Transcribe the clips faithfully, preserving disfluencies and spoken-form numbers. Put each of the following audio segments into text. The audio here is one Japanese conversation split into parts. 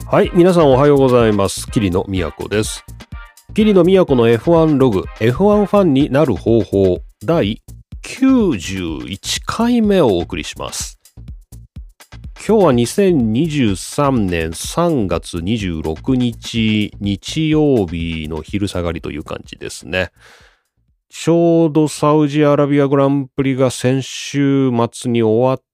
はい、皆さんおはようございます。桐野都です。桐野都の エフワン ログ、エフワン ファンになる方法、だいきゅうじゅういちかいめをお送りします。今日はにせんにじゅうさんねんさんがつにじゅうろくにち日曜日の昼下がりという感じですね。ちょうどサウジアラビアグランプリが先週末に終わって、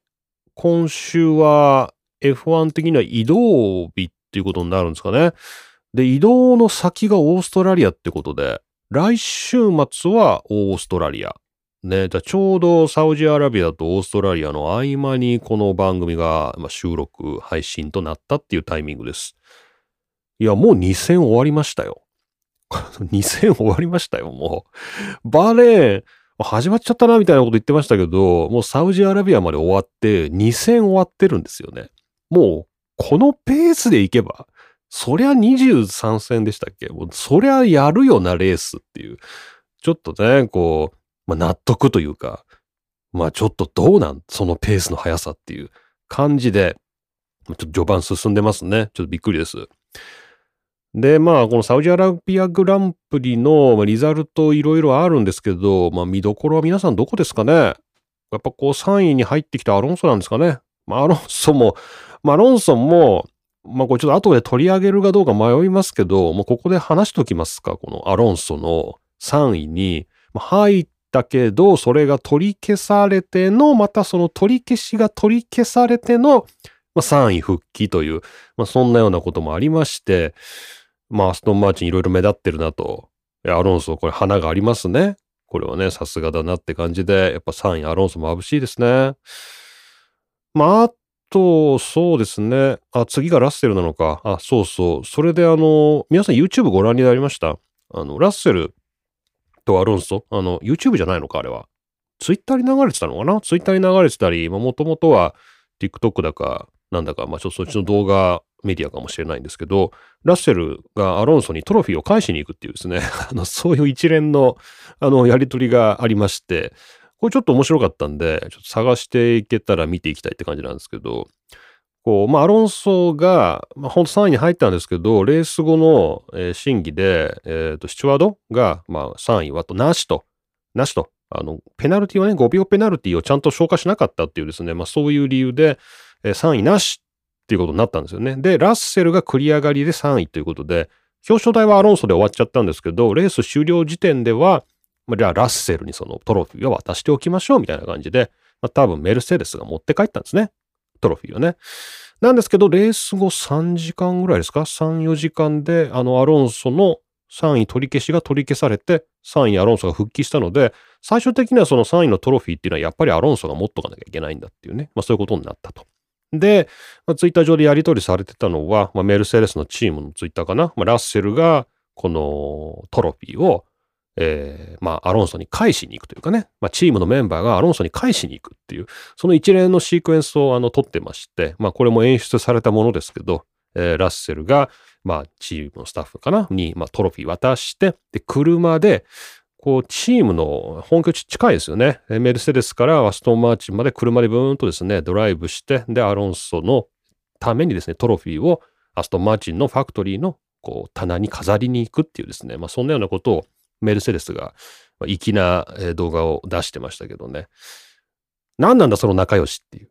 今週は エフワン 的には移動日っていうことになるんですかね。で、移動の先がオーストラリアってことで、来週末はオーストラリア。ね、じゃあちょうどサウジアラビアとオーストラリアの合間にこの番組が収録、配信となったっていうタイミングです。いや、もうに戦終わりましたよ。に戦終わりましたよ、もう。バーレーン、始まっちゃったなみたいなこと言ってましたけど、もうサウジアラビアまで終わってに戦終わってるんですよね。もう、このペースでいけば、そりゃにじゅうさん戦でしたっけ？もうそりゃやるよな、レースっていう。ちょっとね、こう、まあ、納得というか、まあちょっとどうなんそのペースの速さっていう感じで、ちょっと序盤進んでますね。ちょっとびっくりです。で、まあ、このサウジアラビアグランプリのリザルトいろいろあるんですけど、まあ見どころは皆さんどこですかね？やっぱこうさんいに入ってきたアロンソなんですかね？まあアロンソも、まあアロンソも、まあこれちょっと後で取り上げるかどうか迷いますけど、もうここで話しときますか。このアロンソのさんいに入ったけど、それが取り消されての、またその取り消しが取り消されての、まあ、さんい復帰という、まあそんなようなこともありまして、まあアストンマーチンいろいろ目立ってるなと。いやアロンソこれ花がありますね。これはね、さすがだなって感じで、やっぱさんいアロンソ眩しいですね。まあ、あと、そうですね。あ、次がラッセルなのか。あ、そうそう。それであの、皆さん YouTube ご覧になりました？あの、ラッセルとアロンソ、あの、YouTube じゃないのか、あれは。Twitter に流れてたのかな？ Twitter に流れてたり、まあ、もともとは TikTok だか、なんだか、まあ、ちょっとそっちの動画メディアかもしれないんですけど、ラッセルがアロンソにトロフィーを返しに行くっていうですね、あの、そういう一連の、あの、やりとりがありまして、これちょっと面白かったんで、ちょっと探していけたら見ていきたいって感じなんですけど、こう、まあ、アロンソが、まあ、ほんとさんいに入ったんですけど、レース後の、えー審議で、えっと、スチュワードが、まあ、さんいはと、なしと、なしと、あの、ペナルティはね、ごびょうペナルティをちゃんと消化しなかったっていうですね、まあ、そういう理由で、えーさんいなしっていうことになったんですよね。で、ラッセルが繰り上がりでさんいということで、表彰台はアロンソで終わっちゃったんですけど、レース終了時点では、まあ、じゃあラッセルにそのトロフィーを渡しておきましょうみたいな感じで、まあ、多分メルセデスが持って帰ったんですね。トロフィーをね。なんですけど、レース後さんじかんぐらいですか ?さん、よじかんで、あの、アロンソのさんい取り消しが取り消されて、さんいアロンソが復帰したので、最終的にはそのさんいのトロフィーっていうのはやっぱりアロンソが持っとかなきゃいけないんだっていうね。まあそういうことになったと。で、まあ、ツイッター上でやり取りされてたのは、まあ、メルセデスのチームのツイッターかな。まあ、ラッセルがこのトロフィーを、えー、まあ、アロンソに返しに行くというかね、まあ、チームのメンバーがアロンソに返しに行くっていう、その一連のシークエンスをあの撮ってまして、まあ、これも演出されたものですけど、えー、ラッセルが、まあ、チームのスタッフかなに、まあ、トロフィー渡して、で、車で、こう、チームの本拠地近いですよね。メルセデスからアストンマーチンまで車でブーンとですね、ドライブして、で、アロンソのためにですね、トロフィーをアストンマーチンのファクトリーのこう棚に飾りに行くっていうですね、まあそんなようなことをメルセデスが粋な動画を出してましたけどね。何なんだその仲良しっていう。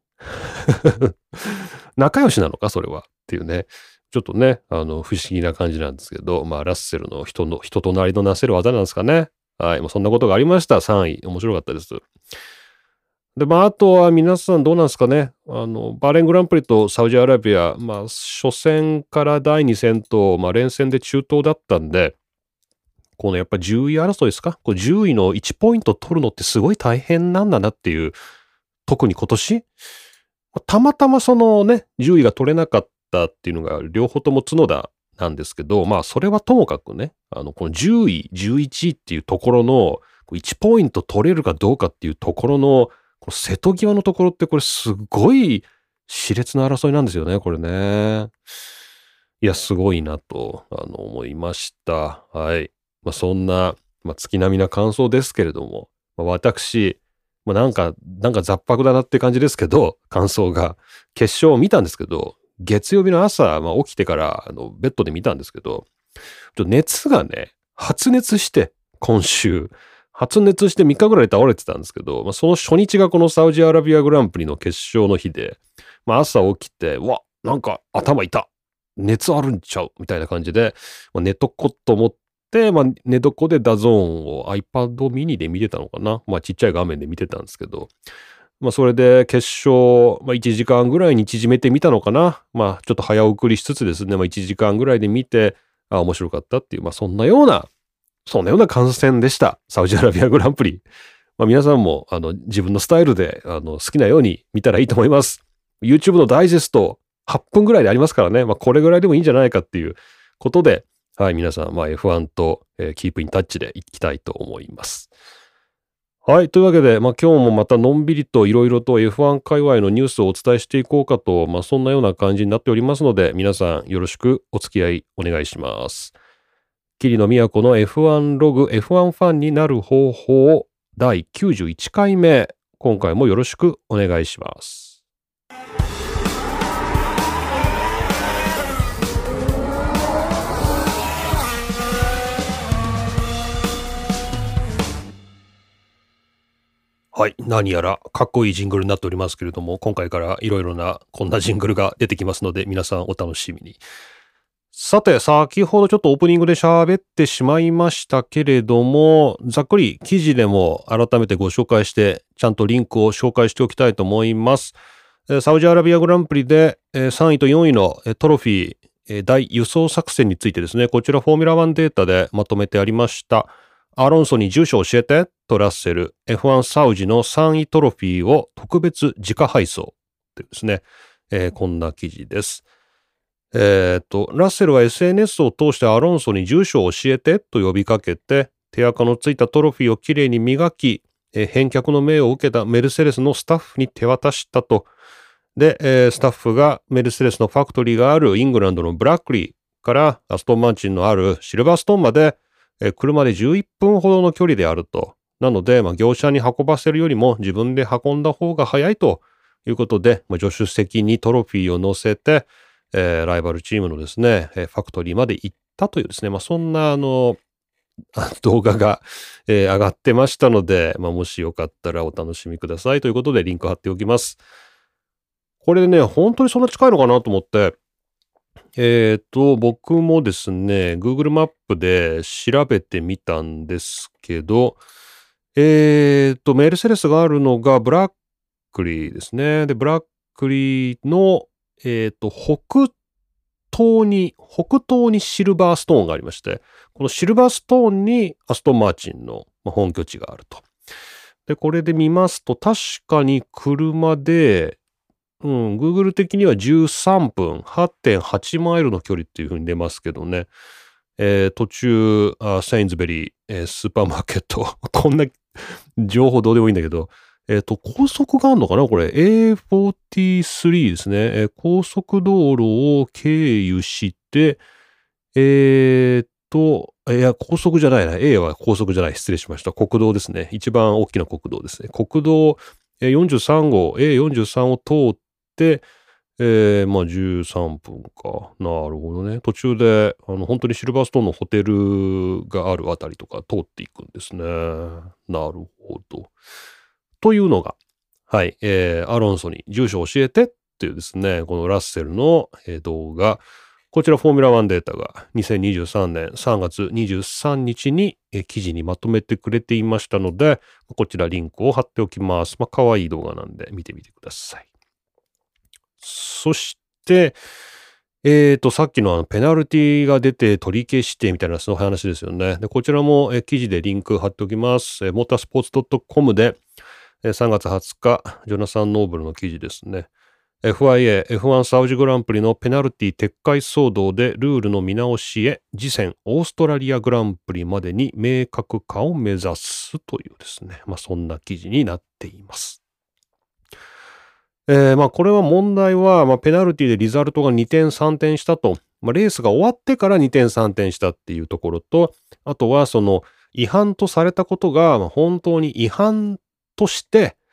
仲良しなのかそれはっていうね。ちょっとね、あの、不思議な感じなんですけど、まあ、ラッセルの人の、人となりのなせる技なんですかね。はい。まあ、そんなことがありました。さんい。面白かったです。で、まあ、あとは皆さんどうなんですかね。あの、バーレングランプリとサウジアラビア、まあ、初戦からだいに戦と、まあ、連戦で中東だったんで、このやっぱじゅうい争いですか？こうじゅういのいちポイント取るのってすごい大変なんだなっていう、特に今年、たまたまそのね、じゅういが取れなかったっていうのが両方とも角田なんですけど、まあそれはともかくね、あの、このじゅうい、じゅういちいっていうところのいちポイント取れるかどうかっていうところの、この瀬戸際のところってこれすごい熾烈な争いなんですよね、これね。いや、すごいなと、あの、思いました。はい。まあそんな、まあ月並みな感想ですけれども、まあ、私、まあなんか、なんか雑白だなって感じですけど、感想が。決勝を見たんですけど、 月曜日の朝、まあ、起きてからあのベッドで見たんですけど、ちょ熱がね、発熱して、今週、発熱してみっかぐらい倒れてたんですけど、まあ、その初日がこのサウジアラビアグランプリの決勝の日で、まあ、朝起きて、うわ、なんか頭痛熱あるんちゃうみたいな感じで、まあ、寝とこと思って、まあ、寝床でダゾーンを iPad mini で見てたのかな。まあ、ちっちゃい画面で見てたんですけど、まあ、それで決勝、まあ、いちじかんぐらいに縮めてみたのかな。まあ、ちょっと早送りしつつですね、まあ、いちじかんぐらいで見て、あ、面白かったっていう、まあ、そんなような、そんなような観戦でした。サウジアラビアグランプリ。まあ、皆さんも、あの、自分のスタイルで、あの、好きなように見たらいいと思います。YouTube のダイジェスト、はっぷんぐらいでありますからね。まあ、これぐらいでもいいんじゃないかっていうことで、はい、皆さん、まあ、エフワン と、えー、キープインタッチでいきたいと思います。はい。というわけで、まあ、今日もまたのんびりといろいろと エフワン 界隈のニュースをお伝えしていこうかと、まあ、そんなような感じになっておりますので、皆さんよろしくお付き合いお願いします。桐野都の エフワン ログ、エフワン ファンになる方法だいきゅうじゅういちかいめ。今回もよろしくお願いします。はい。何やらかっこいいジングルになっておりますけれども、今回からいろいろなこんなジングルが出てきますので、皆さんお楽しみに。さて、先ほどちょっとオープニングで喋ってしまいましたけれども、ざっくり記事でも改めてご紹介して、ちゃんとリンクを紹介しておきたいと思います。サウジアラビアグランプリでさんいとよんいのトロフィー大輸送作戦についてですね、こちらフォーミュラワンデータでまとめてありました。アロンソに住所教えてとラッセル、エフワン サウジのさんいトロフィーを特別自家配送というですね、えー、こんな記事です。えー、と、ラッセルは エスエヌエス を通してアロンソに住所を教えてと呼びかけて、手垢のついたトロフィーをきれいに磨き、えー、返却の命を受けたメルセデスのスタッフに手渡したと。で、えー、スタッフがメルセデスのファクトリーがあるイングランドのブラックリーからアストンマーチンのあるシルバーストーンまで、えー、車でじゅういっぷんほどの距離であると。なので、まあ、業者に運ばせるよりも自分で運んだ方が早いということで、まあ、助手席にトロフィーを乗せて、えー、ライバルチームのですね、ファクトリーまで行ったというですね、まあ、そんなあの動画が、えー、上がってましたので、まあ、もしよかったらお楽しみくださいということでリンク貼っておきます。これでね、本当にそんな近いのかなと思って、えっと、僕もですね、Google マップで調べてみたんですけど、えっと、メルセデスがあるのがブラックリーですね。で、ブラックリーの、えっと、北東に、北東にシルバーストーンがありまして、このシルバーストーンにアストンマーチンの本拠地があると。で、これで見ますと、確かに車で、うん、Google 的にはじゅうさんぷん、はちてんはちマイルの距離っていう風に出ますけどね。えー、途中、あセインズベリー、えー、スーパーマーケット。こんな情報どうでもいいんだけど、えっと、高速があるのかなこれ。エーフォーティースリー ですね。えー、高速道路を経由して、えー、っと、いや、高速じゃないな。A は高速じゃない。失礼しました。国道ですね。一番大きな国道ですね。国道よんじゅうさん号、エーよんじゅうさん を通って、えー、まあじゅうさんぷんか。なるほどね。途中で、あの、本当にシルバーストーンのホテルがあるあたりとか通っていくんですね。なるほど。というのが、はい、えー、アロンソに住所教えてっていうですね、このラッセルの、えー、動画、こちらフォーミュラワンデータがにせんにじゅうさんねんさんがつにじゅうさんにちに、えー、記事にまとめてくれていましたので、こちらリンクを貼っておきます。まあ、可愛い動画なんで見てみてください。そして、えっと、さっきのあのペナルティが出て取り消してみたいなその話ですよね。で、こちらもえ記事でリンク貼っておきます。えモータースポーツ .com でさんがつはつか、ジョナサン・ノーブルの記事ですね。エフアイエー、エフワン サウジグランプリのペナルティ撤回騒動でルールの見直しへ、次戦オーストラリアグランプリまでに明確化を目指すというですね。まあ、そんな記事になっています。えー、まあこれは問題は、まあ、ペナルティでリザルトがにてんさんてんしたと、まあ、レースが終わってからにてんさんてんしたっていうところと、あとはその違反とされたことが本当に違反として、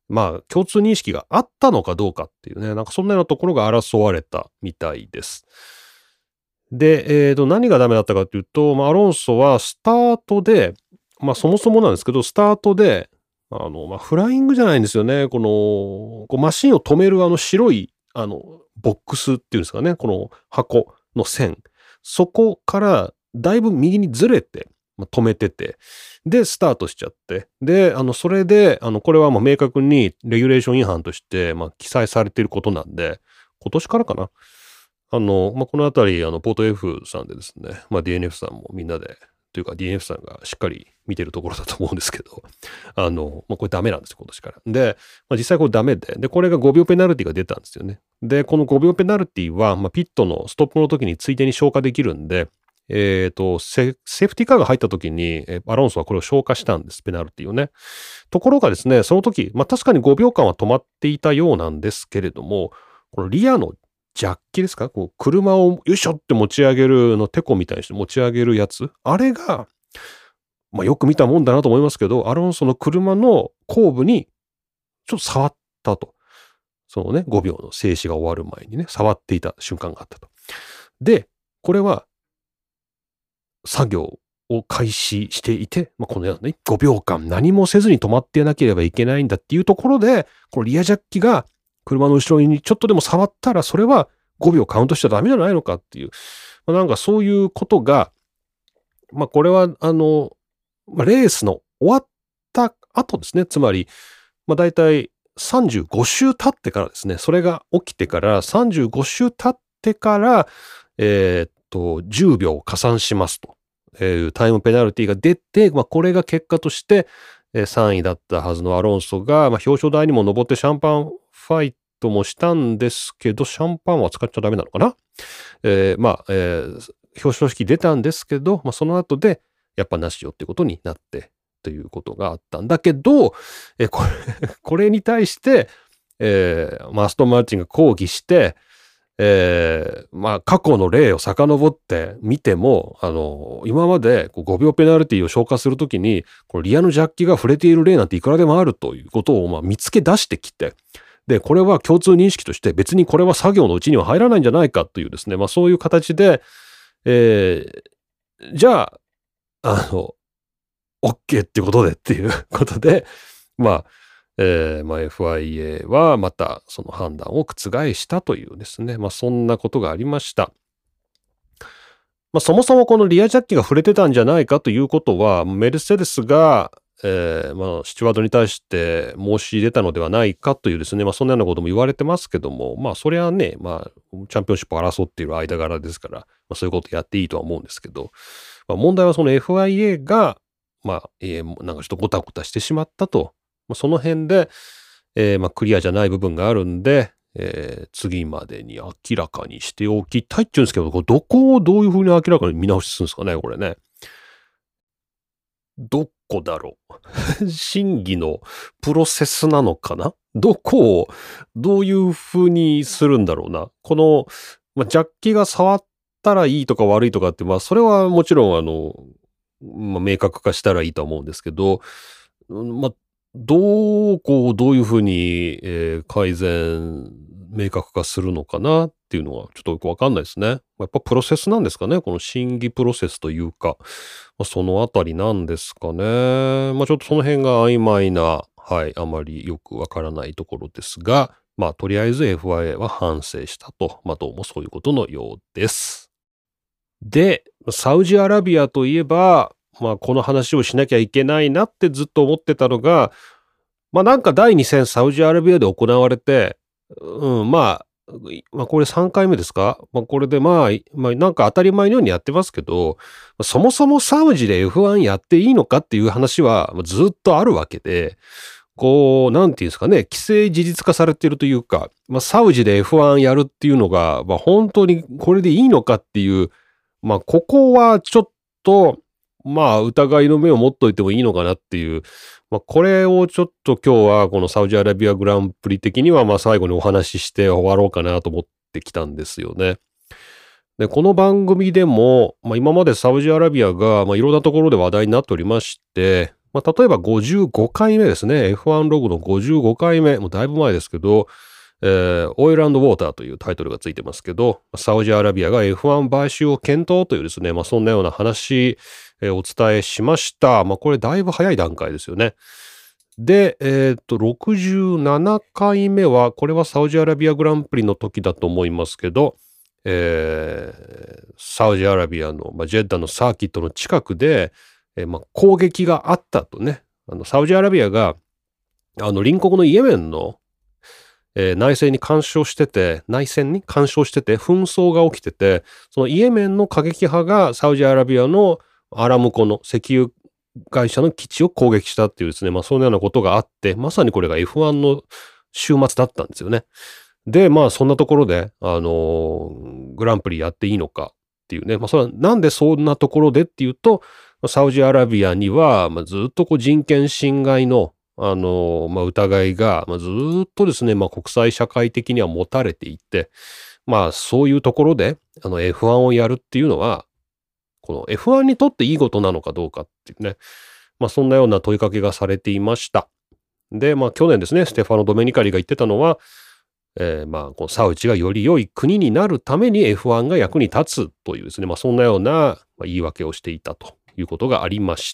まあ、共通認識があったのかどうかっていうね、なんかそんなようなところが争われたみたいです。で、えっと、何がダメだったかっていうと、まあ、アロンソはスタートで、まあ、そもそもなんですけど、スタートで、あの、まあ、フライングじゃないんですよね。この、こうマシンを止めるあの白い、あの、ボックスっていうんですかね、この箱の線。そこからだいぶ右にずれて、まあ、止めてて、で、スタートしちゃって、で、あの、それで、あの、これはもう明確にレギュレーション違反として、まあ、記載されていることなんで、今年からかな。あの、まあ、このあたり、あの、ポート F さんでですね、まあ、ディーエヌエフ さんもみんなで、というか ディーエヌエフ さんがしっかり見てるところだと思うんですけど、あの、まあ、これダメなんですよ、今年から。で、まあ、実際これダメで、で、これがごびょうペナルティが出たんですよね。で、このごびょうペナルティは、まあ、ピットのストップの時についでに消化できるんで、えっと、セセーフティーカーが入った時に、えアロンソはこれを消化したんです、ペナルティをね。ところがですね、その時、まあ、確かにごびょうかんは止まっていたようなんですけれども、このリアのジャッキですか、こう、車をよいしょって持ち上げるの、テコみたいにして持ち上げるやつ。あれが、まあ、よく見たもんだなと思いますけど、アロンソの車の後部にちょっと触ったと。そのね、ごびょうの静止が終わる前にね、触っていた瞬間があったと。で、これは作業を開始していて、まあ、このようなね、ごびょうかん何もせずに止まっていなければいけないんだっていうところで、このリアジャッキが車の後ろにちょっとでも触ったら、それはごびょうカウントしちゃダメじゃないのかっていう、まあ、なんかそういうことが、まあこれはあの、まあ、レースの終わった後ですね。つまり、まあ大体さんじゅうご周経ってからですね、それが起きてからさんじゅうご周経ってから、えーっと、じゅうびょう加算しますというタイムペナルティが出て、まあこれが結果として、えーさんいだったはずのアロンソが、まあ、表彰台にも上ってシャンパンファイトもしたんですけど、シャンパンは使っちゃダメなのかな。えーまあ、えー表彰式出たんですけど、まあ、その後で、やっぱなしよっていうことになって、ということがあったんだけど、えーこれ、これに対して、えーまあ、アストンマーチンが抗議して、えーまあ、過去の例を遡ってみても、あの、今までこうごびょうペナルティを消化するときに、このリアのジャッキが触れている例なんていくらでもあるということをまあ見つけ出してきて、で、これは共通認識として別にこれは作業のうちには入らないんじゃないかというですね、まあそういう形で、えーじゃあ、あの、OK っていうことでっていうことで、まあ、えーまあ、エフアイエー はまたその判断を覆したというですね、まあそんなことがありました。まあそもそもこのリアジャッキが触れてたんじゃないかということは、メルセデスが、えーまあ、スチュワードに対して申し出たのではないかというですね、まあそんなようなことも言われてますけども、まあそれはね、まあチャンピオンシップを争っている間柄ですから、まあそういうことやっていいとは思うんですけど、まあ、問題はその エフアイエー が、まあ、えーなんかちょっとゴタゴタしてしまったと。まあ、その辺で、えーまあクリアじゃない部分があるんで、えー次までに明らかにしておきたいって言うんですけど、これどこをどういうふうに明らかに見直しするんですかね、これね。どこだろう。審議のプロセスなのかな、どこをどういうふうにするんだろうな。この、まあ、ジャッキが触ったらいいとか悪いとかって、まあそれはもちろんあの、まあ、明確化したらいいと思うんですけど、うんまあ、どこをどういうふうに、えー改善、明確化するのかなっていうのはちょっとよくわかんないですね。やっぱプロセスなんですかね。この審議プロセスというか、まあ、そのあたりなんですかね。まあちょっとその辺が曖昧な、はい、あまりよくわからないところですが、まあとりあえず エフアイエー は反省したと、まあどうもそういうことのようです。で、サウジアラビアといえば、まあこの話をしなきゃいけないなってずっと思ってたのが、まあなんかだいに戦サウジアラビアで行われて、うん、まあ、まあこれさんかいめですか、まあこれでまあ、まあなんか当たり前のようにやってますけど、そもそもサウジで エフワン やっていいのかっていう話はずっとあるわけで、こう、なんていうんですかね、既成事実化されているというか、まあサウジで エフワン やるっていうのが、まあ本当にこれでいいのかっていう、まあここはちょっと、まあ疑いの目を持っといてもいいのかなっていう、まあこれをちょっと今日はこのサウジアラビアグランプリ的にはまあ最後にお話しして終わろうかなと思ってきたんですよね。で、この番組でも、まあ今までサウジアラビアがまあいろんなところで話題になっておりまして、 まあ、例えばごじゅうごかいめですね。エフワン ログのごじゅうごかいめ、もうだいぶ前ですけど、えー、オイル&ウォーターというタイトルがついてますけど、サウジアラビアが エフワン 買収を検討というですね、まあ、そんなような話、えー、お伝えしました。まあ、これだいぶ早い段階ですよね。で、えっと、ろくじゅうななかいめは、これはサウジアラビアグランプリの時だと思いますけど、えー、サウジアラビアの、まあ、ジェッダのサーキットの近くで、えーまあ、攻撃があったとね、あのサウジアラビアがあの隣国のイエメンの、えー、内戦に干渉してて、内戦に干渉してて、紛争が起きてて、そのイエメンの過激派がサウジアラビアのアラムコの石油会社の基地を攻撃したっていうですね、まあそんなようなことがあって、まさにこれが エフワン の週末だったんですよね。で、まあそんなところで、あのー、グランプリやっていいのかっていうね、まあそれはなんでそんなところでっていうと、サウジアラビアには、まあ、ずっとこう人権侵害の、あのー、まあ疑いが、まあ、ずっとですね、まあ国際社会的には持たれていて、まあそういうところで、あの エフワン をやるっていうのは、この エフワン にとっていいことなのかどうかっていうね、まあそんなような問いかけがされていました。で、まあ去年ですね、ステファノ・ドメニカリが言ってたのは、えー、まあこのサウジがより良い国になるために エフワン が役に立つというですね、まあそんなような言い訳をしていたということがありました。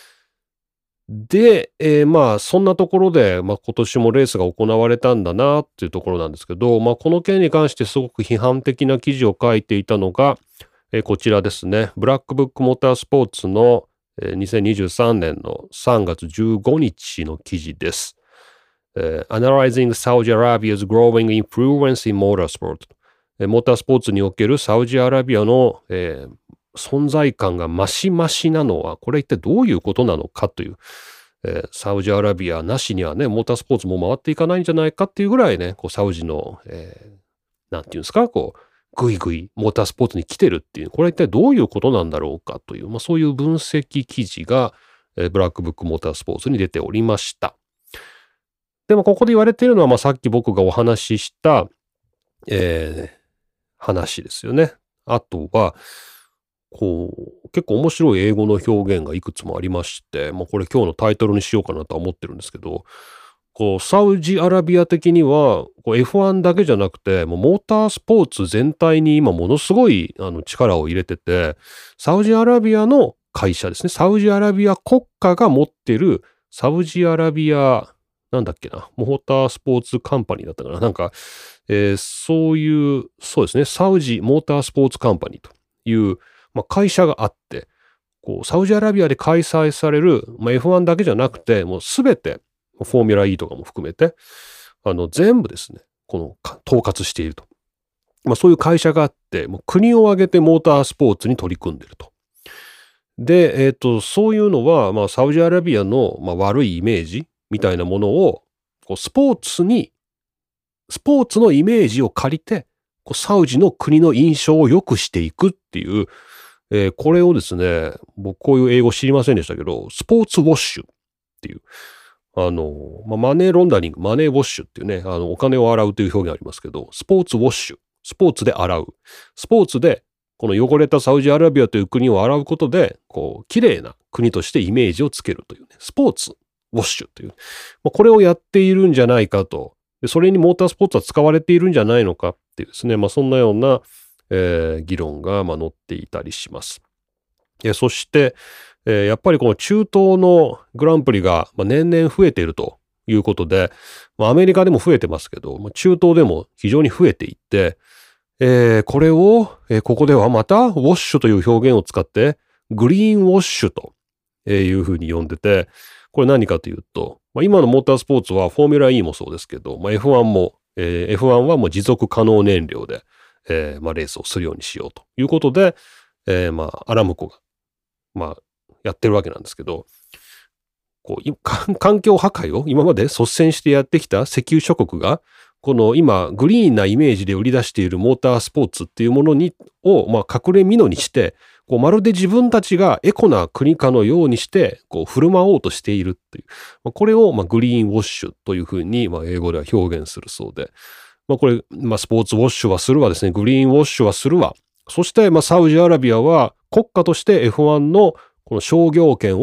で、えー、まあそんなところで、まあ、今年もレースが行われたんだなっていうところなんですけど、まあこの件に関してすごく批判的な記事を書いていたのが、えー、こちらですね。ブラックブックモータースポーツの、えー、にせんにじゅうさんねんのさんがつじゅうごにちの記事です。えー、Analyzing Saudi Arabia's Growing Influence in Motorsport、えー。モータースポーツにおけるサウジアラビアの、えー、存在感が増し増しなのは、これ一体どういうことなのかという、えー、サウジアラビアなしにはね、モータースポーツも回っていかないんじゃないかっていうぐらいね、こうサウジの、えー、なんていうんですか、こう、ぐいぐいモータースポーツに来てるっていう、これは一体どういうことなんだろうかという、まあそういう分析記事が、えー、ブラックブックモータースポーツに出ておりました。でもここで言われているのは、まあさっき僕がお話しした、えー、話ですよね。あとは、こう、結構面白い英語の表現がいくつもありまして、まあこれ今日のタイトルにしようかなとは思ってるんですけど、こう、サウジアラビア的には、こう エフワン だけじゃなくて、もうモータースポーツ全体に今ものすごいあの力を入れてて、サウジアラビアの会社ですね。サウジアラビア国家が持ってるサウジアラビア、なんだっけな、モータースポーツカンパニーだったかな。なんか、えー、そういう、そうですね、サウジモータースポーツカンパニーという、まあ、会社があって、こう、サウジアラビアで開催される、まあ、エフワン だけじゃなくて、もうすべて、フォーミュラ E とかも含めて、あの、全部ですね、この、統括していると。まあ、そういう会社があって、もう国を挙げてモータースポーツに取り組んでいると。で、えっと、そういうのは、まあ、サウジアラビアの、まあ、悪いイメージみたいなものを、こうスポーツに、スポーツのイメージを借りて、こうサウジの国の印象を良くしていくっていう、えー、これをですね、僕こういう英語知りませんでしたけど、スポーツウォッシュっていう、あの、まあ、マネーロンダリング、マネーウォッシュっていうね、あの、お金を洗うという表現ありますけど、スポーツウォッシュ、スポーツで洗う。スポーツで、この汚れたサウジアラビアという国を洗うことで、こう、綺麗な国としてイメージをつけるというね、スポーツウォッシュという、まあ、これをやっているんじゃないかと、でそれにモータースポーツは使われているんじゃないのかっていうですね、まあ、そんなような、えー、議論が、まあ、載っていたりします。えそして、えー、やっぱりこの中東のグランプリが、まあ、年々増えているということで、まあ、アメリカでも増えてますけど、まあ、中東でも非常に増えていって、えー、これを、えー、ここではまたウォッシュという表現を使ってグリーンウォッシュというふうに呼んでて、これ何かというと、まあ、今のモータースポーツはフォーミュラ E もそうですけど、まあ、エフワン も、えー、エフワン はもう持続可能燃料で、えーまあ、レースをするようにしようということで、えー、まあアラムコが、まあ、やってるわけなんですけど、こう環境破壊を今まで率先してやってきた石油諸国が、この今グリーンなイメージで売り出しているモータースポーツっていうものにを、まあ、隠れ蓑にして、こうまるで自分たちがエコな国かのようにしてこう振る舞おうとしているっていう、まあ、これをまあグリーンウォッシュというふうにまあ英語では表現するそうで、まあ、これ、まあ、スポーツウォッシュはするわですね、グリーンウォッシュはするわ、そしてまあサウジアラビアは国家として エフワン のこの商業権を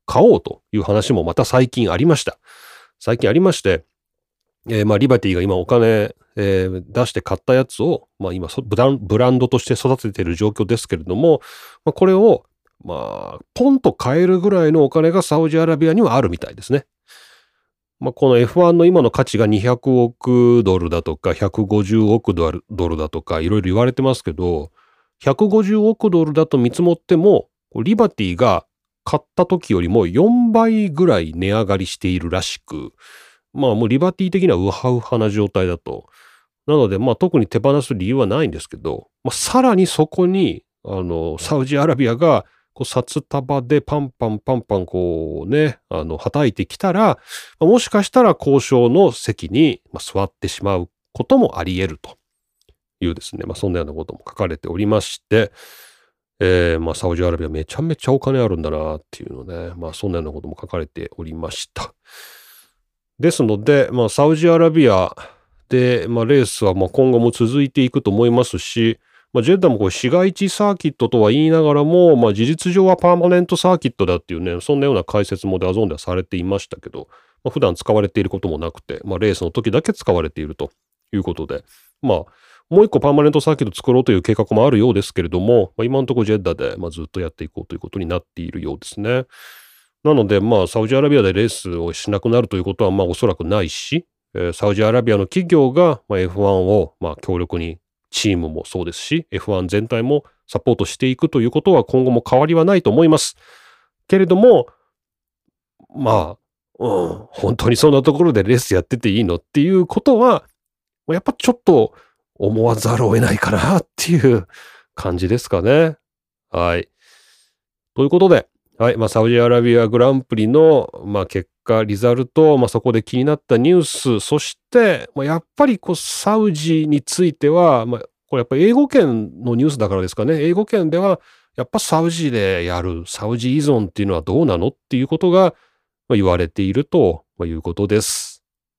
買おうという話もまた最近ありました。最近ありまして、えーまあ、リバティが今お金、えー出して買ったやつを、まあ、今ブラン、ブランドとして育てている状況ですけれども、まあ、これを、まあ、ポンと買えるぐらいのお金がサウジアラビアにはあるみたいですね。まあ、この エフワン の今の価値がにひゃくおくドルだとか、ひゃくごじゅうおくドル、ドルだとか、いろいろ言われてますけど、ひゃくごじゅうおくドルだと見積もっても、リバティが買った時よりもよんばいぐらい値上がりしているらしく、まあもうリバティ的にはウハウハな状態だと。なのでまあ特に手放す理由はないんですけど、まあ、さらにそこに、あの、サウジアラビアがこう札束でパンパンパンパンこうね、あの、叩いてきたら、もしかしたら交渉の席に座ってしまうこともあり得るというですね、まあそんなようなことも書かれておりまして、えー、まあサウジアラビアめちゃめちゃお金あるんだなっていうのね、まあそんなようなことも書かれておりました。ですので、まあサウジアラビアで、まあレースはまあ今後も続いていくと思いますし、まあ、ジェッダもこう市街地サーキットとは言いながらも、まあ、事実上はパーマネントサーキットだっていうね、そんなような解説もダゾーンではされていましたけど、まあ、普段使われていることもなくて、まあ、レースの時だけ使われているということで、まあ、もう一個パーマネントサーキット作ろうという計画もあるようですけれども、まあ、今のところジェッダでまあずっとやっていこうということになっているようですね。なので、まあ、サウジアラビアでレースをしなくなるということは、まあ、おそらくないし、えー、サウジアラビアの企業が、まあ、エフワン を、まあ、強力にチームもそうですし、エフワン 全体もサポートしていくということは今後も変わりはないと思います。けれども、まあ、うん、本当にそんなところでレースやってていいのっていうことは、やっぱちょっと思わざるを得ないかなっていう感じですかね。はい。ということで、はい、まあ、サウジアラビアグランプリの、まあ、結果、リザルト、まあ、そこで気になったニュース、そして、まあ、やっぱりこうサウジについては、まあ、これやっぱり英語圏のニュースだからですかね、英語圏では、やっぱサウジでやる、サウジ依存っていうのはどうなのっていうことが言われているということです。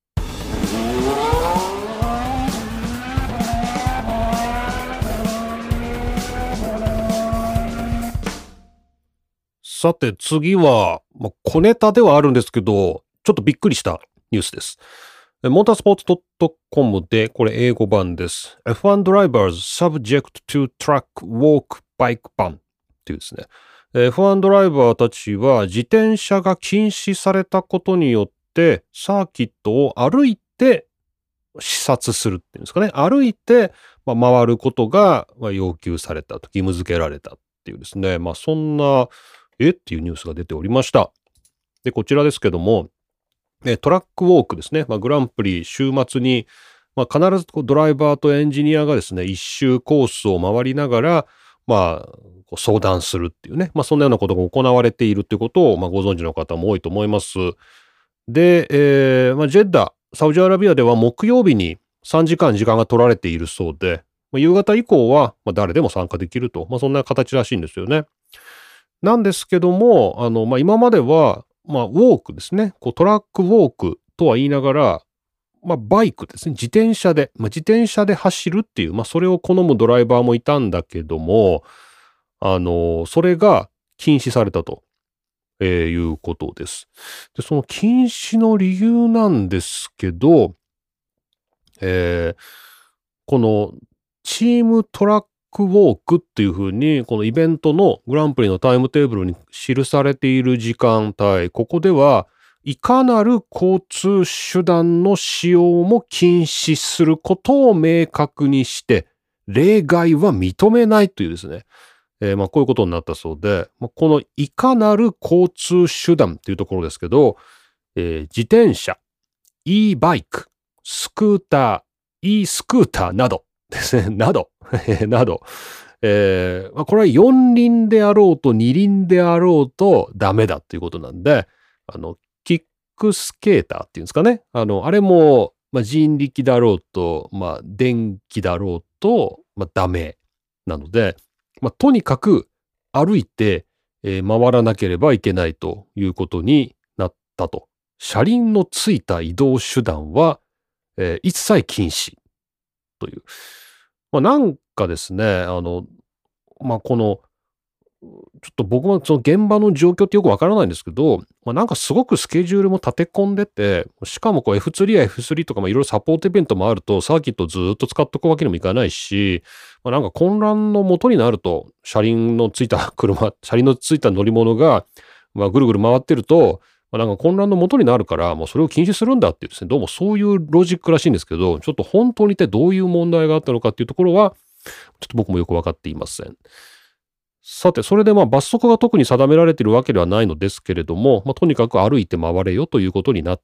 さて次は、まあ、小ネタではあるんですけど、ちょっとびっくりしたニュースです。モータースポーツ .com で、これ英語版です。エフワン drivers subject to track walk bike ban っていうですね。エフワン ドライバーたちは自転車が禁止されたことによって、サーキットを歩いて視察するっていうんですかね。歩いて回ることが要求されたと、義務付けられたっていうですね。まあそんな、えっていうニュースが出ておりました。で、こちらですけども、トラックウォークですね。まあ、グランプリ週末に、まあ、必ずドライバーとエンジニアがですね、一周コースを回りながら、まあ、相談するっていうね。まあ、そんなようなことが行われているということを、まあ、ご存知の方も多いと思います。で、えーまあ、ジェッダ、サウジアラビアでは木曜日にさんじかん時間が取られているそうで、まあ、夕方以降は誰でも参加できると、まあ、そんな形らしいんですよね。なんですけども、あの、まあ、今までは、まあ、ウォークですね。こう、トラックウォークとは言いながら、まあ、バイクですね。自転車で、まあ、自転車で走るっていう、まあ、それを好むドライバーもいたんだけども、あの、それが禁止されたと、えー、いうことです。で、その禁止の理由なんですけど、えー、このチームトラックウォークっていう風に、このイベントのグランプリのタイムテーブルに記されている時間帯、ここでは、いかなる交通手段の使用も禁止することを明確にして、例外は認めないというですね、えー、まあこういうことになったそうで、まあ、このいかなる交通手段っていうところですけど、えー、自転車、e バイク、スクーター、e スクーターなど、ですね、など、など、えーまあ、これは四輪であろうと二輪であろうとダメだっていうことなんで、あの、キックスケーターっていうんですかね。あの、あれも、まあ、人力だろうと、まあ、電気だろうと、まあ、ダメなので、まあ、とにかく歩いて、えー、回らなければいけないということになったと。車輪のついた移動手段は、えー、一切禁止。という。まあ、なんかですね、あの、まあ、この、 ちょっと僕もその現場の状況ってよくわからないんですけど、まあ、なんかすごくスケジュールも立て込んでて、しかもこう エフスリー や エフスリー とかもいろいろサポートイベントもあると、サーキットずっと使っとくわけにもいかないし、まあ、なんか混乱の元になると、車輪のついた車、車輪のついた乗り物が、まあ、ぐるぐる回ってると、まあ、なんか混乱の元になるから、もうそれを禁止するんだっていうですね、どうもそういうロジックらしいんですけど、ちょっと本当に一体どういう問題があったのかっていうところは、ちょっと僕もよくわかっていません。さて、それでまあ罰則が特に定められているわけではないのですけれども、まあ、とにかく歩いて回れよということになって、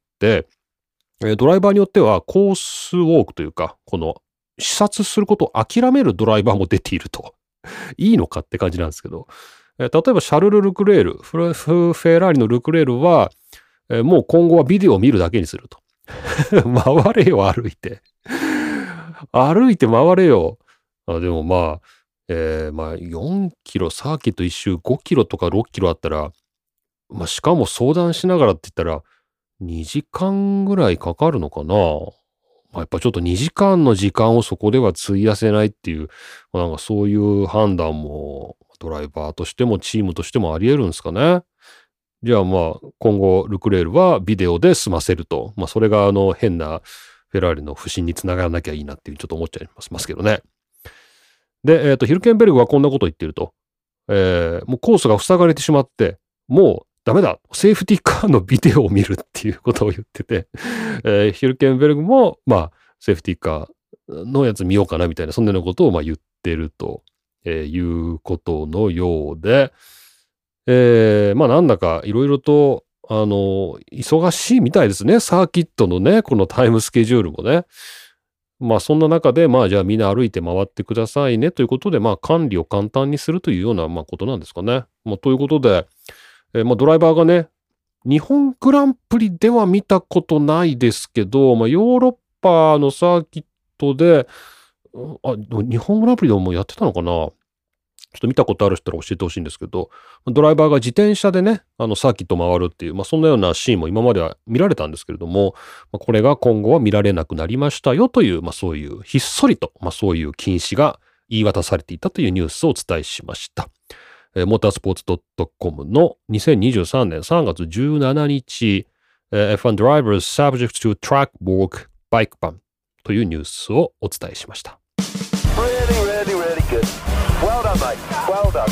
えードライバーによってはコースウォークというか、この視察することを諦めるドライバーも出ていると。いいのかって感じなんですけど、えー例えばシャルル・ルクレール、フラフフェラーリのルクレールは、えーもう今後はビデオを見るだけにすると。回れよ、歩いて。歩いて回れよ。あ、でもまあ、えーまあよんキロ、サーキット一周ごキロとかろっキロあったら、まあしかも相談しながらって言ったら、にじかんぐらいかかるのかな。まあ、やっぱちょっとにじかんの時間をそこでは費やせないっていう、まあなんかそういう判断もドライバーとしてもチームとしてもあり得るんですかね。じゃあまあ今後ルクレールはビデオで済ませると。まあそれがあの変なフェラーリの不振につながらなきゃいいなっていうちょっと思っちゃいますけどね。で、えっと、ヒルケンベルグはこんなことを言ってると。えーもうコースが塞がれてしまって、もうダメだ。セーフティーカーのビデオを見るっていうことを言ってて、えーヒルケンベルグも、まあ、セーフティーカーのやつ見ようかなみたいな、そんなようなことをまあ言ってると、えーいうことのようで、えーまあなんだかいろいろと、あの、忙しいみたいですね。サーキットのね、このタイムスケジュールもね。まあそんな中で、まあじゃあみんな歩いて回ってくださいねということで、まあ管理を簡単にするというようなまあことなんですかね。まあということで、えーまあドライバーがね、日本グランプリでは見たことないですけど、まあヨーロッパのサーキットで、うんあ、でも日本グランプリでももうやってたのかな。ちょっと見たことある人ら教えてほしいんですけど、ドライバーが自転車でね、あのサーキット回るっていう、まあそんなようなシーンも今までは見られたんですけれども、まあ、これが今後は見られなくなりましたよという、まあそういうひっそりと、まあそういう禁止が言い渡されていたというニュースをお伝えしました。えー、モータースポーツ .com のにせんにじゅうさんねんさんがつじゅうしちにち、えー、エフワン Drivers Subject to Track Walk Bike Ban というニュースをお伝えしました。 Really, really, really good. Well done, mate. Well done.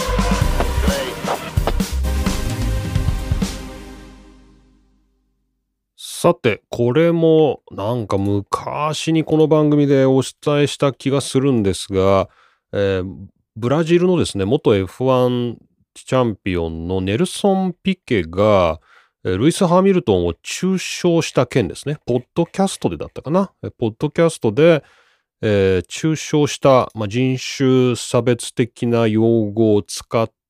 さて、これもなんか昔にこの番組でお伝えした気がするんですが、えーブラジルのですね、元 エフワン チャンピオンのネルソン・ピケが、えールイス・ハミルトンを中傷した件ですね。ポッドキャストでだったかな。えーポッドキャストで、えー中傷した、まあ、人種差別的な用語を使って、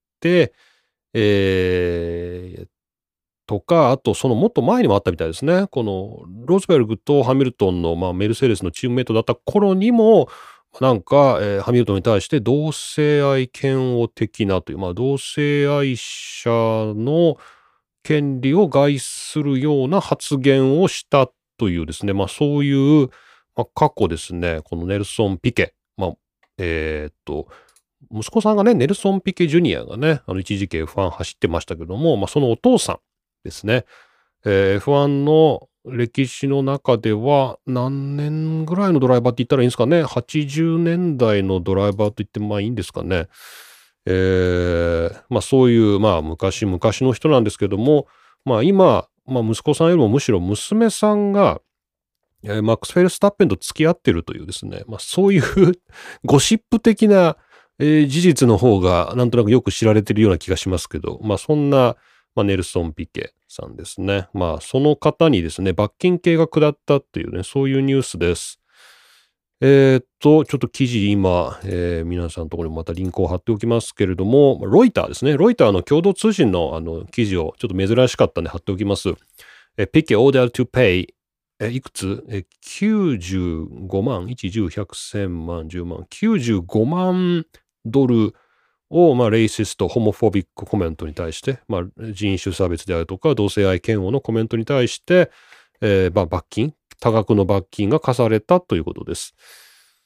えーとか、あとそのもっと前にもあったみたいですね。このローズベルグとハミルトンの、まあ、メルセデスのチームメイトだった頃にも、なんか、えーハミルトンに対して同性愛嫌悪的なという、まあ、同性愛者の権利を害するような発言をしたというですね、まあそういう、まあ、過去ですね、このネルソン・ピケ、まあ、えーっと、息子さんがね、ネルソン・ピケ・ジュニアがね、あの一時期 エフワン 走ってましたけども、まあそのお父さんですね、えー エフワン の歴史の中では何年ぐらいのドライバーって言ったらいいんですかね。はちじゅうねんだいのドライバーと言ってまあいいんですかね。えーまあそういうまあ昔々の人なんですけども、まあ今、まあ息子さんよりもむしろ娘さんが、えーマックス・フェルスタッペンと付き合ってるというですね、まあそういうゴシップ的な、えー事実の方がなんとなくよく知られてるような気がしますけど、まあそんな、まあ、ネルソン・ピケさんですね。まあその方にですね、罰金刑が下ったっていうね、そういうニュースです。えーっと、ちょっと記事今、えー皆さんのところにまたリンクを貼っておきますけれども、ロイターですね。ロイターの共同通信のあの記事をちょっと珍しかったんで貼っておきます。え、ピケ ordered to pay え、いくつえ、きゅうじゅうごまん、いち、じゅう、ひゃく、せんまん、じゅうまん、きゅうじゅうごまんドルを、まあ、レイシスト、ホモフォビックコメントに対して、まあ、人種差別であるとか、同性愛嫌悪のコメントに対して、えーまあ、罰金、多額の罰金が課されたということです。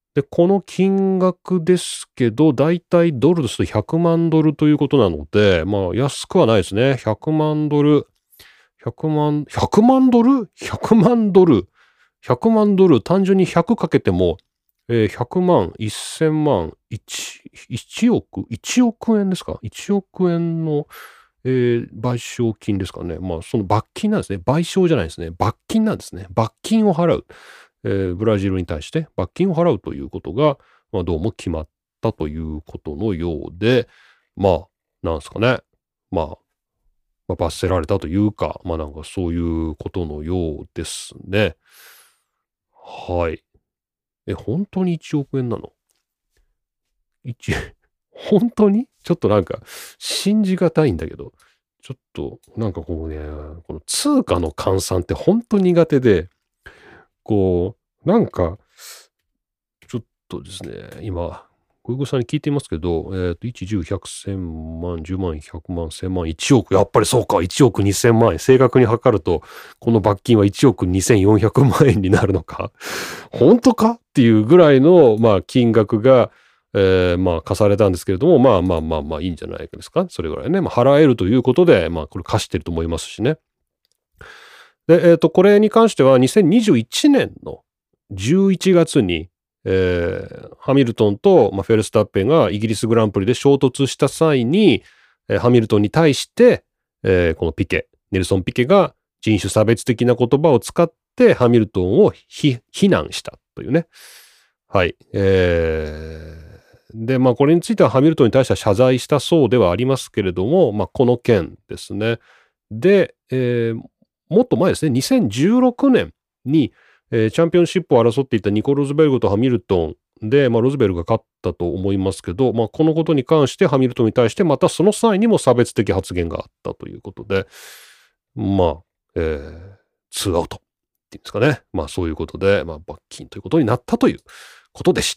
で、この金額ですけど、だいたいドルですとひゃくまんドルということなので、まあ安くはないですね。ひゃくまんドル。ひゃくまん、ひゃくまんドル ?ひゃくまんドル。ひゃくまんドル。単純にひゃくかけても、えー、ひゃくまん、せんまん、いち、いちおく、いちおくえんですか ?いち 億円の、えー、賠償金ですかね。まあその罰金なんですね。賠償じゃないですね。罰金なんですね。罰金を払う。えー、ブラジルに対して罰金を払うということが、まあ、どうも決まったということのようで、まあ、なんですかね。まあ、まあ、罰せられたというか、まあなんかそういうことのようですね。はい。え、本当にいちおく円なの ?いち、本当にちょっとなんか信じがたいんだけど、ちょっとなんかこうね、この通貨の換算って本当苦手で、こう、なんか、ちょっとですね、今、グーグルさんに聞いていますけど、えっと、いち、じゅう、ひゃく、せんまん、じゅうまん、ひゃくまん、せんまん、いちおく。やっぱりそうか、いちおくにせんまん円。正確に測ると、この罰金はいちおくにせんよんひゃくまん円になるのか。本当かっていうぐらいの、まあ、金額が、えー、まあ、課されたんですけれども、まあまあまあまあ、いいんじゃないですか。それぐらいね。まあ、払えるということで、まあ、これ課してると思いますしね。で、えっと、これに関しては、にせんにじゅういちねんのじゅういちがつに、えー、ハミルトンと、まあ、フェルスタッペンがイギリスグランプリで衝突した際に、えー、ハミルトンに対して、えー、このピケ、ネルソン・ピケが人種差別的な言葉を使ってハミルトンを非難したというね。はい。えー、で、まあこれについてはハミルトンに対しては謝罪したそうではありますけれども、まあこの件ですね。で、えー、もっと前ですね、にせんじゅうろくねんに、えー、チャンピオンシップを争っていたニコ・ロズベルグとハミルトンで、まあ、ロズベルが勝ったと思いますけど、まあ、このことに関してハミルトンに対してまたその際にも差別的発言があったということで、まあ、えー、ツーアウトっていうんですかね。まあそういうことで、まあ罰金ということになったということでした。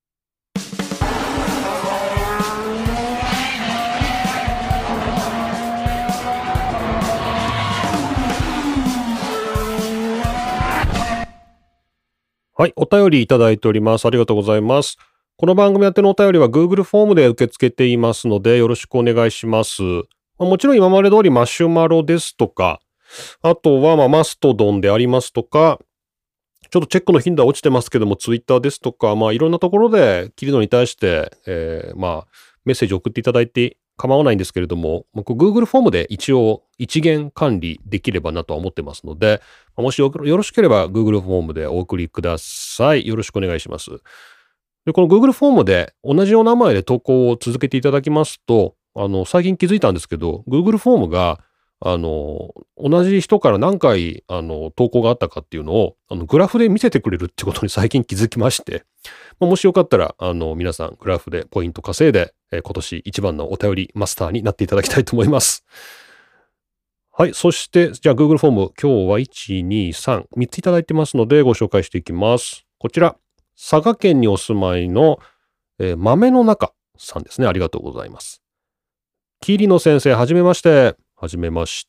はい、お便りいただいております。ありがとうございます。この番組宛てのお便りは Google フォームで受け付けていますのでよろしくお願いします。もちろん今まで通りマシュマロですとか、あとはまあマストドンでありますとか、ちょっとチェックの頻度は落ちてますけども、ツイッターですとか、まあいろんなところでキリノに対して、えー、まあメッセージを送っていただいて構わないんですけれども、Google フォームで一応一元管理できればなとは思ってますので、もしよろしければ Google フォームでお送りください。よろしくお願いします。で、この Google フォームで同じお名前で投稿を続けていただきますと、あの、最近気づいたんですけど、Google フォームが、あの、同じ人から何回、あの、投稿があったかっていうのを、あの、グラフで見せてくれるってことに最近気づきまして、もしよかったら、あの、皆さん、グラフでポイント稼いで、え今年一番のお便りマスターになっていただきたいと思います。はい。そして、じゃあ Google フォーム、今日はいち、に、さん、みっついただいてますのでご紹介していきます。こちら、佐賀県にお住まいの、えー、豆の中さんですね。ありがとうございます。桐野先生、はじめまして。はじめまして。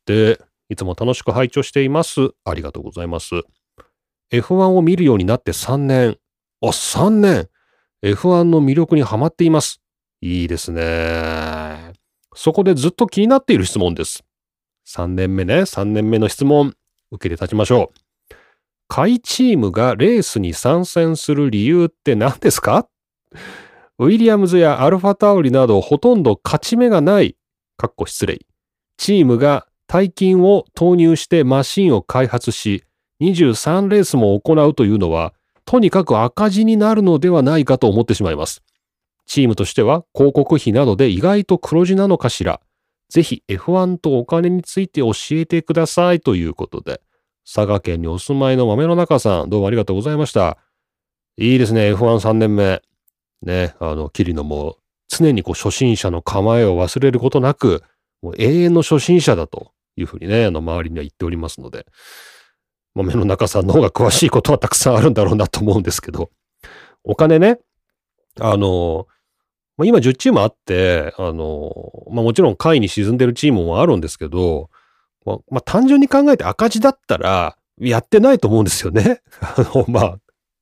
いつも楽しく拝聴しています。ありがとうございます。エフワン を見るようになってさんねん。あ、さんねん。エフワン の魅力にはまっています。いいですね。そこでずっと気になっている質問です。さんねんめね。さんねんめの質問。受けて立ちましょう。下位チームがレースに参戦する理由って何ですか？ウィリアムズやアルファタウリなどほとんど勝ち目がない。かっこ失礼。チームが大金を投入してマシンを開発し、にじゅうさんレースも行うというのは、とにかく赤字になるのではないかと思ってしまいます。チームとしては広告費などで意外と黒字なのかしら。ぜひ エフワン とお金について教えてくださいということで、佐賀県にお住まいの豆の中さん、どうもありがとうございました。いいですね、エフワンさん 年目。ね、あの、キリノも常にこう初心者の構えを忘れることなく、もう永遠の初心者だというふうにね、あの、周りには言っておりますので、豆の中さんの方が詳しいことはたくさんあるんだろうなと思うんですけど、お金ね、あの、今じゅうチームあって、あの、まあ、もちろん下位に沈んでるチームもあるんですけど、まあ、まあ、単純に考えて赤字だったらやってないと思うんですよね。あの、まあ、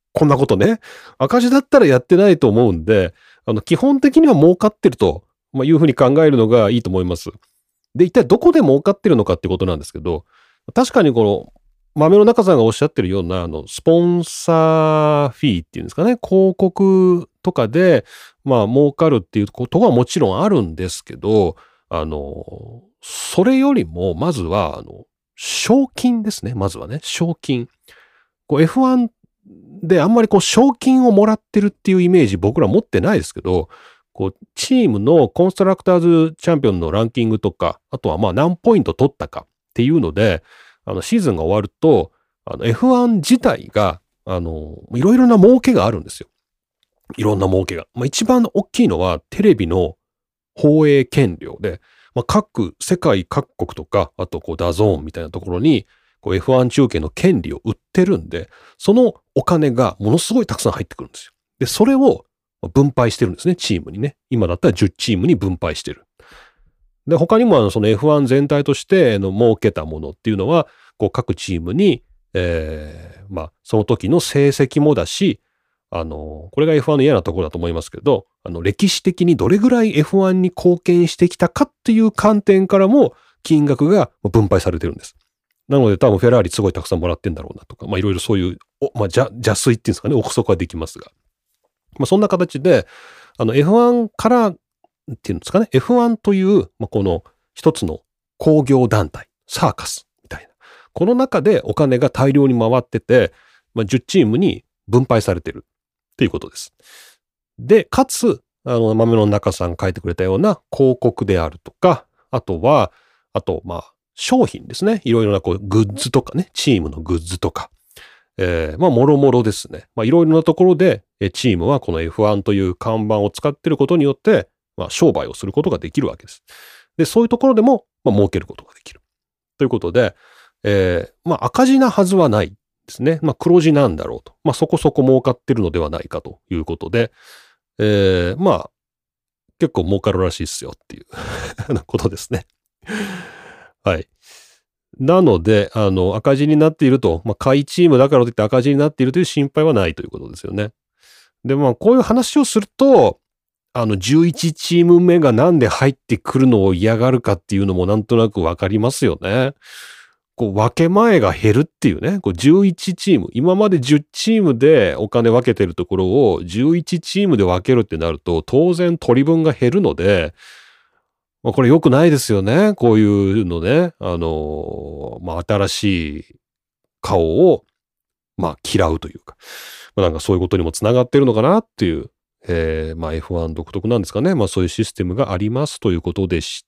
こんなことね。赤字だったらやってないと思うんで、あの、基本的には儲かってると、まあ、いうふうに考えるのがいいと思います。で、一体どこで儲かってるのかってことなんですけど、確かにこの、豆の中さんがおっしゃってるような、あの、スポンサーフィーっていうんですかね、広告とかで、まあ、儲かるっていうことはもちろんあるんですけど、あの、それよりも、まずは、あの、賞金ですね。まずはね、賞金。こう エフワン であんまりこう賞金をもらってるっていうイメージ僕ら持ってないですけど、こうチームのコンストラクターズチャンピオンのランキングとか、あとはまあ何ポイント取ったかっていうので、あのシーズンが終わると、あの エフワン 自体が、あの、いろいろな儲けがあるんですよ。いろんな儲けが。まあ一番大きいのはテレビの放映権料で、まあ、各世界各国とか、あとこうダゾーンみたいなところに、こう エフワン 中継の権利を売ってるんで、そのお金がものすごいたくさん入ってくるんですよ。で、それを分配してるんですね、チームにね。今だったらじゅうチームに分配してる。で、他にもあのその エフワン 全体としての儲けたものっていうのは、こう各チームに、えー、まあその時の成績もだし、あの、これが エフワン の嫌なところだと思いますけど、あの、歴史的にどれぐらい エフワン に貢献してきたかっていう観点からも金額が分配されてるんです。なので多分フェラーリすごいたくさんもらってんだろうなとか、まあいろいろそういう、おまあ邪、邪推っていうんですかね、憶測はできますが。まあそんな形で、あの エフワン から、っていうんですかね、エフワン という、まあ、この一つの工業団体、サーカスみたいな。この中でお金が大量に回ってて、まあ、じゅうチームに分配されてるっていうことです。で、かつ、あの、豆の中さん書いてくれたような広告であるとか、あとは、あと、まあ、商品ですね。いろいろなこうグッズとかね、チームのグッズとか、えー、まあ、もろもろですね。まあ、いろいろなところで、チームはこの エフワン という看板を使っていることによって、まあ、商売をすることができるわけです。で、そういうところでも、まあ、儲けることができる。ということで、えー、まあ、赤字なはずはないですね。まあ、黒字なんだろうと。まあ、そこそこ儲かってるのではないかということで、えー、まあ、結構儲かるらしいですよっていうことですね。はい。なので、あの、赤字になっていると、まあ、下位チームだからといって赤字になっているという心配はないということですよね。で、まあ、こういう話をすると、あの、じゅういちチーム目がなんで入ってくるのを嫌がるかっていうのもなんとなくわかりますよね。こう、分け前が減るっていうね、こう、じゅういちチーム、今までじゅうチームでお金分けてるところをじゅういちチームで分けるってなると、当然取り分が減るので、まあ、これ良くないですよね。こういうのね。あのー、まあ、新しい顔を、まあ、嫌うというか、まあ、なんかそういうことにもつながってるのかなっていう、えー、まあ エフワン 独特なんですかね。まあそういうシステムがありますということでした。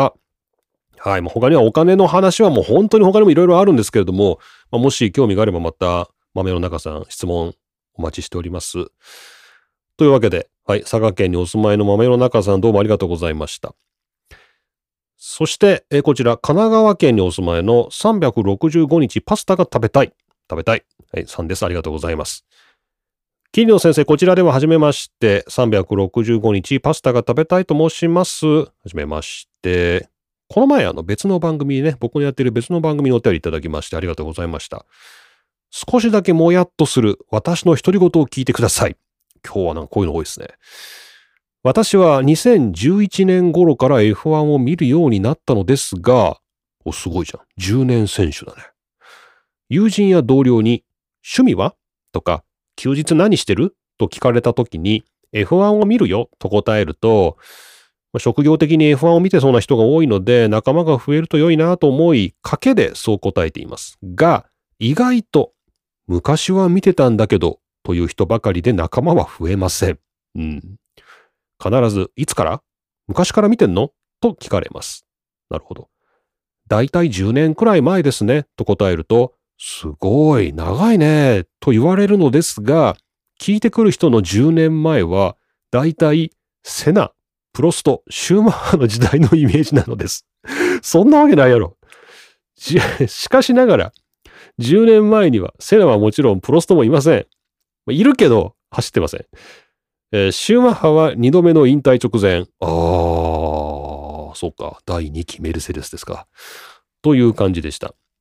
はい。まあ、他にはお金の話はもう本当に他にもいろいろあるんですけれども、まあ、もし興味があればまた豆の中さん質問お待ちしております。というわけで、はい。佐賀県にお住まいの豆の中さんどうもありがとうございました。そして、えー、こちら、神奈川県にお住まいのさんびゃくろくじゅうごにちパスタが食べたい。食べたい。はい、さんです。ありがとうございます。桐野先生、こちらでははじめまして、さんびゃくろくじゅうごにちパスタが食べたいと申します。はじめまして。この前、あの別の番組ね、僕のやっている別の番組にお便りいただきましてありがとうございました。少しだけもやっとする私の独り言を聞いてください。今日はなんかこういうの多いですね。私はにせんじゅういちねん頃から エフワン を見るようになったのですが、お、すごいじゃん。じゅうねん選手だね。友人や同僚に、趣味はとか、休日何してると聞かれたときに、エフワン を見るよと答えると、職業的に エフワン を見てそうな人が多いので、仲間が増えると良いなと思い、賭けでそう答えています。が、意外と、昔は見てたんだけど、という人ばかりで仲間は増えません。うん。必ず、いつから昔から見てんのと聞かれます。なるほど。だいたいじゅうねんくらい前ですね、と答えると、すごい、長いね、と言われるのですが、聞いてくる人のじゅうねんまえは、だいたいセナ、プロスト、シューマッハの時代のイメージなのです。そんなわけないやろ。し、しかしながら、じゅうねんまえには、セナはもちろんプロストもいません。いるけど、走ってません。えー、シューマッハはにどめの引退直前。あー、そうか。だいにきメルセデスですか。という感じでした。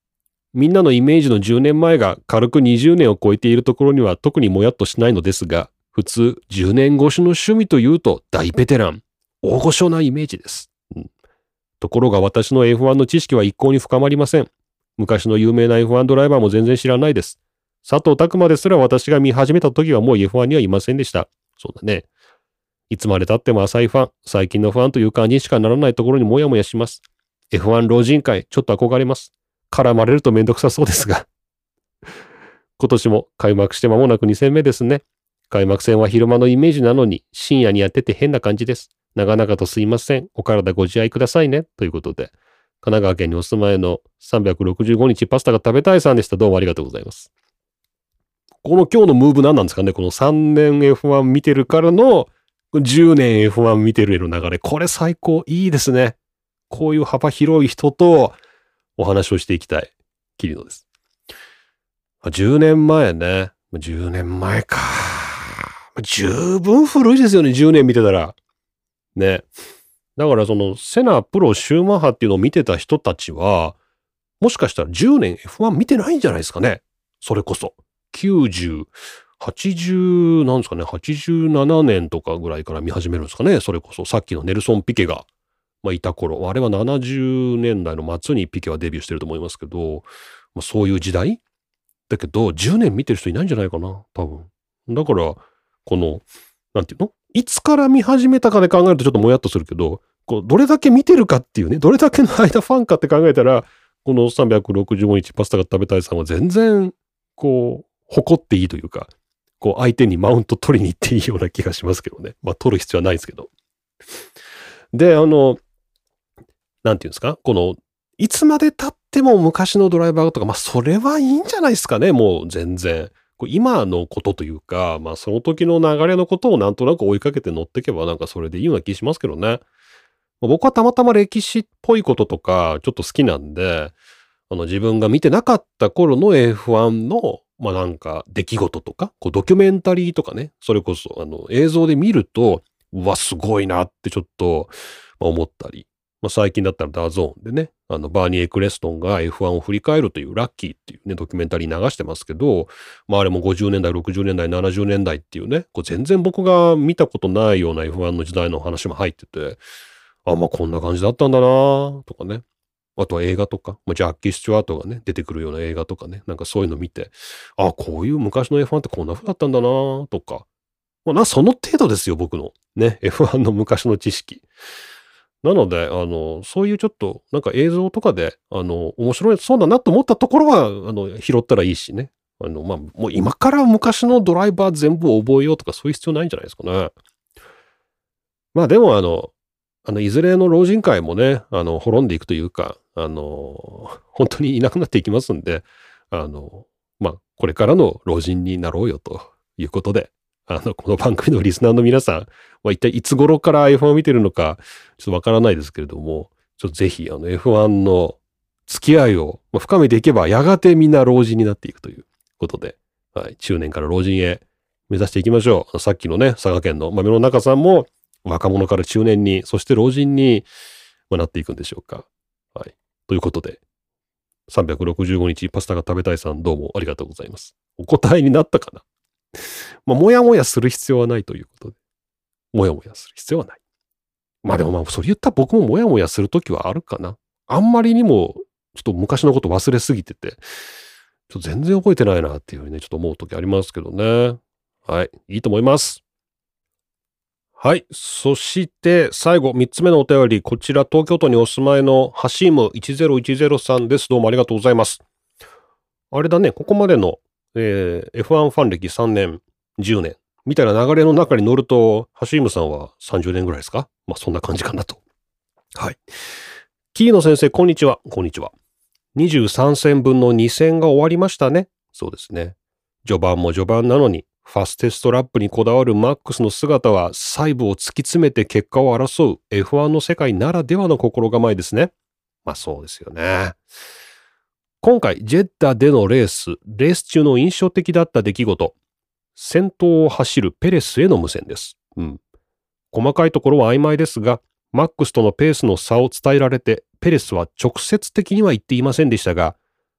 みんなのイメージのじゅうねんまえが軽くにじゅうねんを超えているところには特にもやっとしないのですが、普通じゅうねん越しの趣味というと大ベテラン、大御所なイメージです。うん、ところが私の エフワン の知識は一向に深まりません。昔の有名な エフワン ドライバーも全然知らないです。佐藤拓磨ですら私が見始めた時はもう エフワン にはいませんでした。そうだね。いつまで経っても浅いファン、最近のファンという感じにしかならないところにもやもやします。エフワン 老人会、ちょっと憧れます。絡まれるとめんどくさそうですが。今年も開幕して間もなくに戦目ですね。開幕戦は昼間のイメージなのに深夜にやってて変な感じです。長々とすいません。お体ご自愛くださいね。ということで、神奈川県にお住まいのさんびゃくろくじゅうごにちパスタが食べたいさんでした。どうもありがとうございます。この今日のムーブ何なんですかね。このさんねん エフワン 見てるからのじゅうねん エフワン 見てるへの流れ。これ最高。いいですね。こういう幅広い人とお話をしていきたい。キリノです。じゅうねんまえね。じゅうねんまえか。十分古いですよね。じゅうねん見てたら。ね。だからそのセナ、プロ、シューマッハっていうのを見てた人たちは、もしかしたらじゅうねん エフワン 見てないんじゃないですかね。それこそ。きゅうじゅう、はちじゅう、なんですかね、はちじゅうななねんとかぐらいから見始めるんですかね。それこそ。さっきのネルソン・ピケが、まあ、いた頃。あれはななじゅうねんだいの末にピケはデビューしてると思いますけど、まあ、そういう時代だけど、じゅうねん見てる人いないんじゃないかな。多分。だから、この、なんていうの？いつから見始めたかで考えるとちょっともやっとするけど、こうどれだけ見てるかっていうね、どれだけの間ファンかって考えたら、このさんびゃくろくじゅうごにちパスタが食べたいさんは全然、こう、誇っていいというか、こう相手にマウント取りに行っていいような気がしますけどね。まあ取る必要はないですけど。で、あの、なんていうんですか、この、いつまで経っても昔のドライバーとか、まあそれはいいんじゃないですかね、もう全然。今のことというか、まあその時の流れのことをなんとなく追いかけて乗っていけばなんかそれでいいような気しますけどね。僕はたまたま歴史っぽいこととかちょっと好きなんで、あの自分が見てなかった頃の エフワン の、まあなんか出来事とか、こうドキュメンタリーとかね、それこそあの映像で見ると、うわ、すごいなってちょっと思ったり。まあ、最近だったらダゾーンでね、あのバーニー・エクレストンが エフワン を振り返るというラッキーっていうね、ドキュメンタリー流してますけど、まああれもごじゅうねんだい、ろくじゅうねんだい、ななじゅうねんだいっていうね、こう全然僕が見たことないような エフワン の時代の話も入ってて、あ、まあこんな感じだったんだなとかね。あとは映画とか、まあ、ジャッキー・スチュワートがね、出てくるような映画とかね、なんかそういうの見て、あ、こういう昔の エフワン ってこんな風だったんだなとか、まあな、その程度ですよ、僕の。ね、エフワン の昔の知識。なので、あの、そういうちょっと、なんか映像とかで、あの、面白いそうだなと思ったところは、あの、拾ったらいいしね。あの、まあ、もう今から昔のドライバー全部覚えようとかそういう必要ないんじゃないですかね。まあでも、あの、あの、いずれの老人会もね、あの、滅んでいくというか、あの、本当にいなくなっていきますんで、あの、まあ、これからの老人になろうよということで、あの、この番組のリスナーの皆さんは一体いつ頃から エフワン を見てるのか、ちょっとわからないですけれども、ちょっとぜひ、あの、エフワン の付き合いを深めていけば、やがてみんな老人になっていくということで、はい、中年から老人へ目指していきましょう。さっきのね、佐賀県の豆の中さんも、若者から中年に、そして老人になっていくんでしょうか。はい。ということで、さんびゃくろくじゅうごにちパスタが食べたいさん、どうもありがとうございます。お答えになったかな。まあ、もやもやする必要はないということで。もやもやする必要はない。まあでもまあ、それ言ったら僕ももやもやするときはあるかな。あんまりにも、ちょっと昔のこと忘れすぎてて、ちょっと全然覚えてないなっていうふうにね、ちょっと思うときありますけどね。はい。いいと思います。はい。そして、最後、みっつめのお便り。こちら、東京都にお住まいのハシームいちぜろいちぜろさんです。どうもありがとうございます。あれだね、ここまでの、えー、エフワン ファン歴さんねん、じゅうねん、みたいな流れの中に乗ると、ハシームさんはさんじゅうねんぐらいですか？まあ、そんな感じかなと。はい。キーノ先生、こんにちは。こんにちは。にじゅうさんせんぶんのに戦が終わりましたね。そうですね。序盤も序盤なのに、ファステストラップにこだわるマックスの姿は細部を突き詰めて結果を争う エフワン の世界ならではの心構えですね。まあそうですよね。今回ジェッダでのレース、レース中の印象的だった出来事、先頭を走るペレスへの無線です。うん。細かいところは曖昧ですが、マックスとのペースの差を伝えられて、ペレスは直接的には言っていませんでしたが、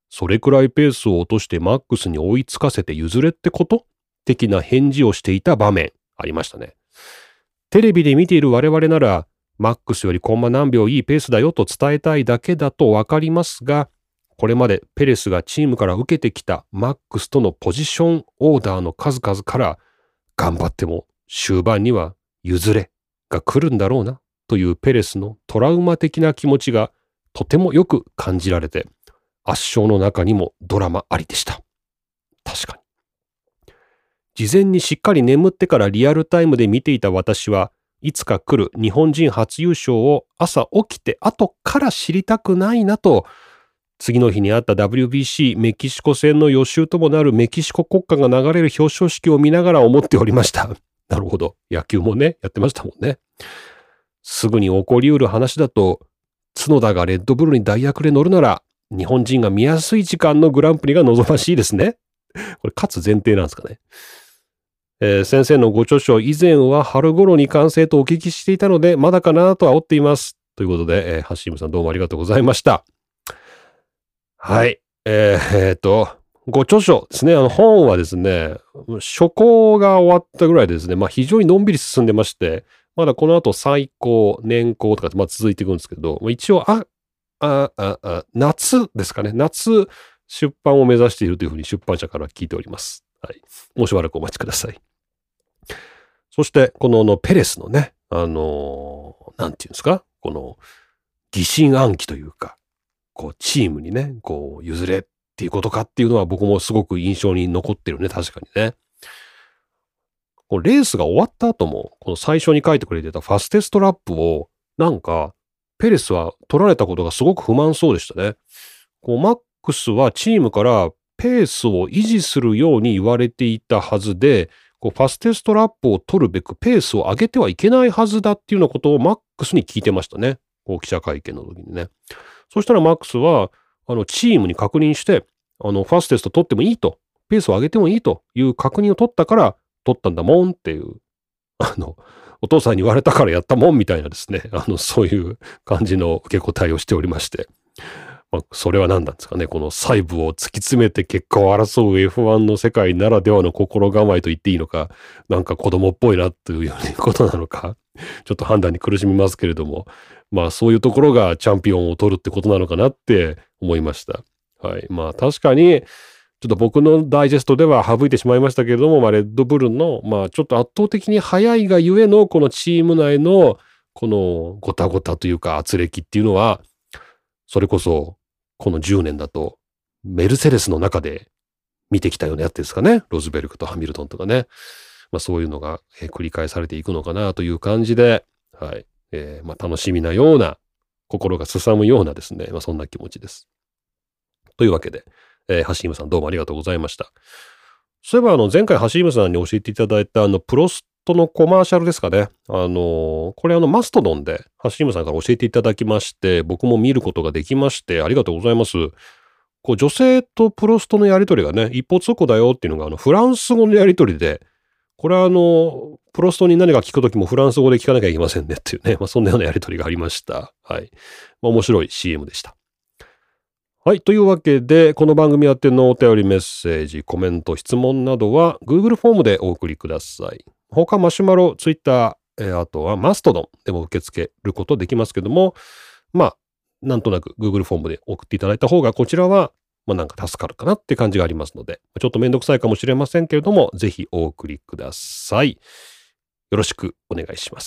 それくらいペースを落としてマックスに追いつかせて譲れってこと的な返事をしていた場面ありましたね。テレビで見ている我々なら、マックスよりコンマ何秒いいペースだよと伝えたいだけだとわかりますが、これまでペレスがチームから受けてきたマックスとのポジションオーダーの数々から、頑張っても終盤には譲れが来るんだろうなというペレスのトラウマ的な気持ちがとてもよく感じられて、圧勝の中にもドラマありでした。確かに。事前にしっかり眠ってからリアルタイムで見ていた私はいつか来る日本人初優勝を朝起きて後から知りたくないなと、次の日にあった ダブリュービーシー メキシコ戦の予習ともなるメキシコ国歌が流れる表彰式を見ながら思っておりました。なるほど。野球もね、やってましたもんね。すぐに起こりうる話だと、角田がレッドブルに代役で乗るなら、日本人が見やすい時間のグランプリが望ましいですね。これ勝つ前提なんですかね。えー、先生のご著書、以前は春頃に完成とお聞きしていたので、まだかなと煽っています。ということで、えー、ハッシームさんどうもありがとうございました。はい。えー、えー、っと、ご著書ですね。あの本はですね、初稿が終わったぐらいでですね、まあ非常にのんびり進んでまして、まだこの後再考、年功とか、まあ、続いていくんですけど、一応、あ、あ、あ、あ、夏ですかね。夏出版を目指しているというふうに出版社から聞いております。はい。もうしばらくお待ちください。そして、この、のペレスのね、あのー、なんていうんですか、この疑心暗鬼というか、こう、チームにね、こう、譲れっていうことかっていうのは僕もすごく印象に残ってるね、確かにね。このレースが終わった後も、この最初に書いてくれてたファステストラップを、なんか、ペレスは取られたことがすごく不満そうでしたね。こうマックスはチームからペースを維持するように言われていたはずで、こうファステストラップを取るべくペースを上げてはいけないはずだっていうようなことをマックスに聞いてましたね。こう記者会見の時にね。そしたらマックスは、あの、チームに確認して、あの、ファステスト取ってもいいと、ペースを上げてもいいという確認を取ったから、取ったんだもんっていう、あの、お父さんに言われたからやったもんみたいなですね、あの、そういう感じの受け答えをしておりまして、まあ、それは何なんですかね、この細部を突き詰めて結果を争う エフワン の世界ならではの心構えと言っていいのか、なんか子供っぽいなというようなことなのか、ちょっと判断に苦しみますけれども、まあそういうところがチャンピオンを取るってことなのかなって思いました。はい。まあ確かに、ちょっと僕のダイジェストでは省いてしまいましたけれども、まあ、レッドブルの、まあ、ちょっと圧倒的に速いがゆえの、このチーム内の、このごたごたというか圧力っていうのは、それこそ、このじゅうねんだと、メルセデスの中で見てきたようなやつですかね。ロズベルクとハミルトンとかね。まあ、そういうのが繰り返されていくのかなという感じで、はい。えー、まあ、楽しみなような、心がすさむようなですね、まあ、そんな気持ちです。というわけで、えー、ハシームさんどうもありがとうございました。そういえばあの前回ハシームさんに教えていただいたあのプロストのコマーシャルですかね。あのー、これあのマストドンでハシームさんから教えていただきまして、僕も見ることができましてありがとうございます。こう女性とプロストのやりとりがね、一方通行だよっていうのがあのフランス語のやりとりで、これはあの、プロストに何か聞くときもフランス語で聞かなきゃいけませんねっていうね、まあそんなようなやりとりがありました。はい。まあ、面白い シーエム でした。はい。というわけで、この番組宛てのお便りメッセージ、コメント、質問などは Google フォームでお送りください。他マシュマロ、Twitter、えー、あとはマストドンでも受け付けることできますけども、まあ、なんとなく Google フォームで送っていただいた方が、こちらは、まあなんか助かるかなって感じがありますので、ちょっとめんどくさいかもしれませんけれども、ぜひお送りください。よろしくお願いします。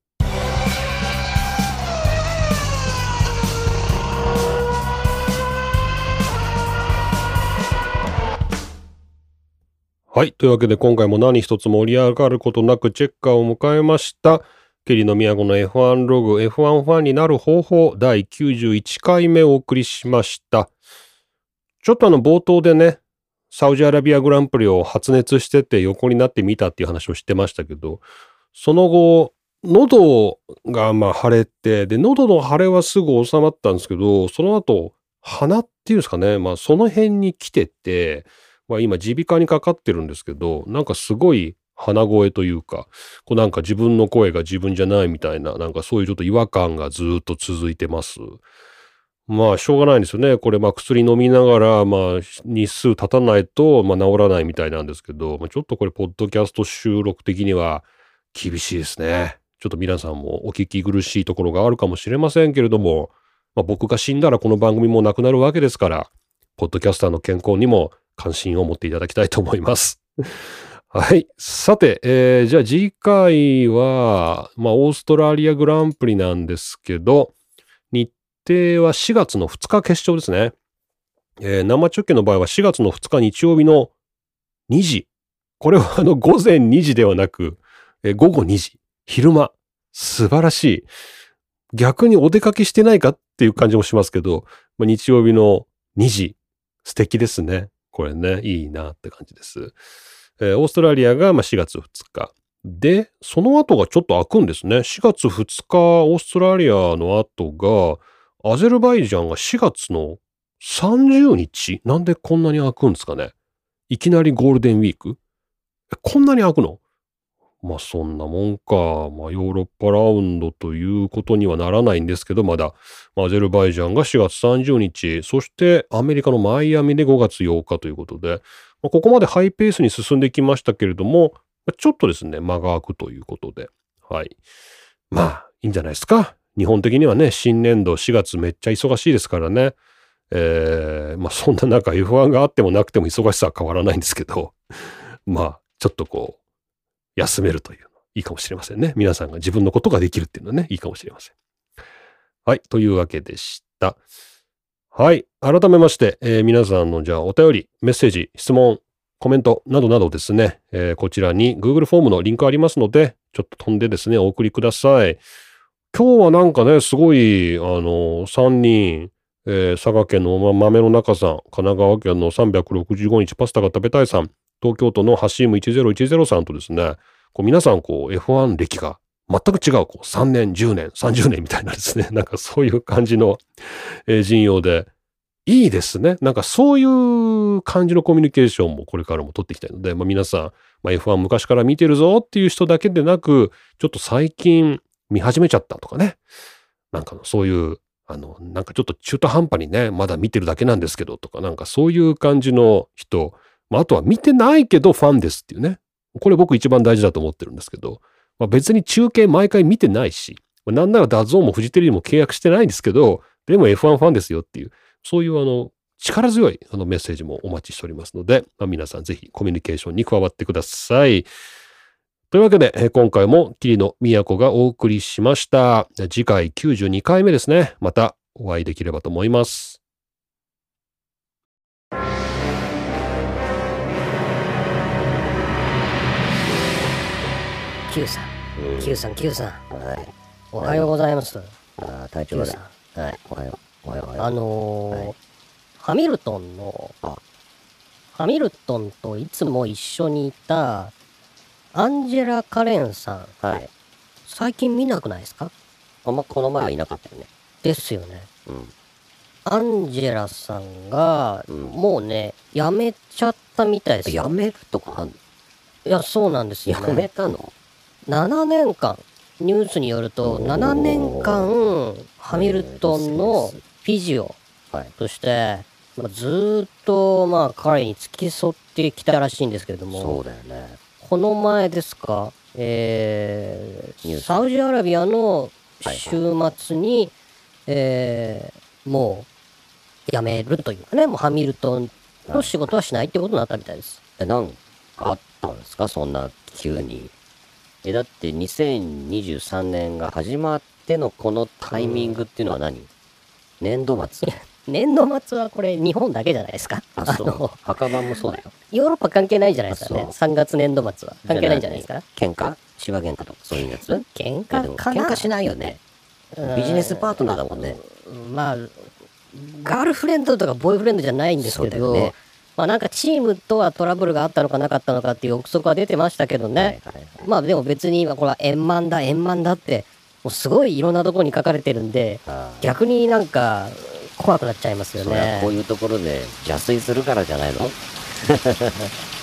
はい。というわけで今回も何一つ盛り上がることなくチェッカーを迎えました。ケリーの都の エフワン ログ エフワン ファンになる方法だいきゅうじゅういっかいめをお送りしました。ちょっとあの冒頭でね、サウジアラビアグランプリを発熱してて横になってみたっていう話をしてましたけど、その後、喉がまあ腫れて、で、喉の腫れはすぐ収まったんですけど、その後、鼻っていうんですかね、まあその辺に来てて、まあ、今耳鼻科にかかってるんですけど、なんかすごい鼻声というか、こうなんか自分の声が自分じゃないみたいな、なんかそういうちょっと違和感がずっと続いてます。 まあしょうがないんですよね。これまあ薬飲みながらまあ日数経たないとまあ治らないみたいなんですけど、まあ、ちょっとこれポッドキャスト収録的には厳しいですね。ちょっと皆さんもお聞き苦しいところがあるかもしれませんけれども、まあ、僕が死んだらこの番組もなくなるわけですから、ポッドキャスターの健康にも関心を持っていただきたいと思います。はい。さて、えー、じゃあ次回は、まあオーストラリアグランプリなんですけど、日程はしがつのふつか決勝ですね。えー、生中継の場合はしがつのふつか日曜日のにじ。これはあの午前にじではなく、えー、午後にじ。昼間。素晴らしい。逆にお出かけしてないかっていう感じもしますけど、まあ、日曜日のにじ。素敵ですね。これね、いいなって感じです。えー、オーストラリアがまあしがつふつか。で、その後がちょっと空くんですね。しがつふつか、オーストラリアの後が、アゼルバイジャンがしがつのさんじゅうにち。なんでこんなに空くんですかね。いきなりゴールデンウィーク？こんなに空くの？まあそんなもんか。まあヨーロッパラウンドということにはならないんですけど、まだ、まあ、アゼルバイジャンがしがつさんじゅうにち、そしてアメリカのマイアミでごがつようかということで、まあ、ここまでハイペースに進んできましたけれども、ちょっとですね、間が空くということで、はい。まあ、いいんじゃないですか。日本的にはね、新年度しがつめっちゃ忙しいですからね。えー、まあそんな中 エフワン があってもなくても忙しさは変わらないんですけど、まあ、ちょっとこう、休めるというのいいかもしれませんね。皆さんが自分のことができるっていうのはね、いいかもしれません。はい、というわけでした。はい、改めまして、えー、皆さんのじゃあお便り、メッセージ、質問、コメントなどなどですね、えー、こちらに Google フォームのリンクありますので、ちょっと飛んでですね、お送りください。今日はなんかね、すごい、あの、さんにん、えー、佐賀県の豆の中さん、神奈川県のさんびゃくろくじゅうごにちパスタが食べたいさん、東京都のハシームいちぜろいちぜろさんとですね、こう皆さんこう エフワン 歴が全く違う、こうさんねん、じゅうねん、さんじゅうねんみたいなですね、なんかそういう感じの、えー、陣容で、いいですね。なんかそういう感じのコミュニケーションもこれからも取っていきたいので、まあ、皆さん、まあ、エフワン 昔から見てるぞっていう人だけでなく、ちょっと最近見始めちゃったとかね。なんかそういう、あの、なんかちょっと中途半端にね、まだ見てるだけなんですけどとか、なんかそういう感じの人、まあ、あとは見てないけどファンですっていうね。これ僕一番大事だと思ってるんですけど、まあ、別に中継毎回見てないし、なんならダゾーンもフジテレビも契約してないんですけど、でも エフワン ファンですよっていう、そういうあの、力強いあのメッセージもお待ちしておりますので、まあ、皆さんぜひコミュニケーションに加わってください。というわけで、えー、今回も桐野都がお送りしました。次回きゅうじゅうにかいめですね。またお会いできればと思います。 Q さん、Q さん、Q さん、はい、おはようございます。 あ、体調悪い。はい、おはよう。おはよう。 あのーはい、ハミルトンの、ハミルトンといつも一緒にいたアンジェラ・カレンさん、はい、最近見なくないですか？ あんまこの前はいなかったよね。 ですよね。 うん。 アンジェラさんが、うん、もうね、辞めちゃったみたいですよ。 辞めるとかあんの？ いや、そうなんですよ、ね。 辞めたの？ ななねんかん、ニュースによると、ななねんかん、ハミルトンのフィジオとして、まあ、ずーっと、まあ、彼に付き添ってきたらしいんですけれども、 そうだよね。 この前ですか、えー、サウジアラビアの週末に、はいはい、えー、もう、辞めるというかね、もうハミルトンの仕事はしないってことになったみたいです。 え、なんかあったんですか、そんな急に。え、だってにせんにじゅうさんねんが始まってのこのタイミングっていうのは何？年度末？ 年度末はこれ日本だけじゃないですか。 あ、そう。墓場もそうだよ。 ヨーロッパ関係ないじゃないですかね。さんがつ年度末は関係ないんじゃないですか。 喧嘩？シワ喧嘩とかそういうやつ？ 喧嘩かな？ 喧嘩しないよね。ビジネスパートナーだもんね。 まあ、ガールフレンドとかボーイフレンドじゃないんですけど、ね、まあなんかチームとはトラブルがあったのかなかったのかっていう憶測は出てましたけどね。はいはいはい、まあでも別に今これは円満だ円満だってもうすごいいろんなところに書かれてるんで、逆になんか怖くなっちゃいますよね。 こういうところで邪推するからじゃないの？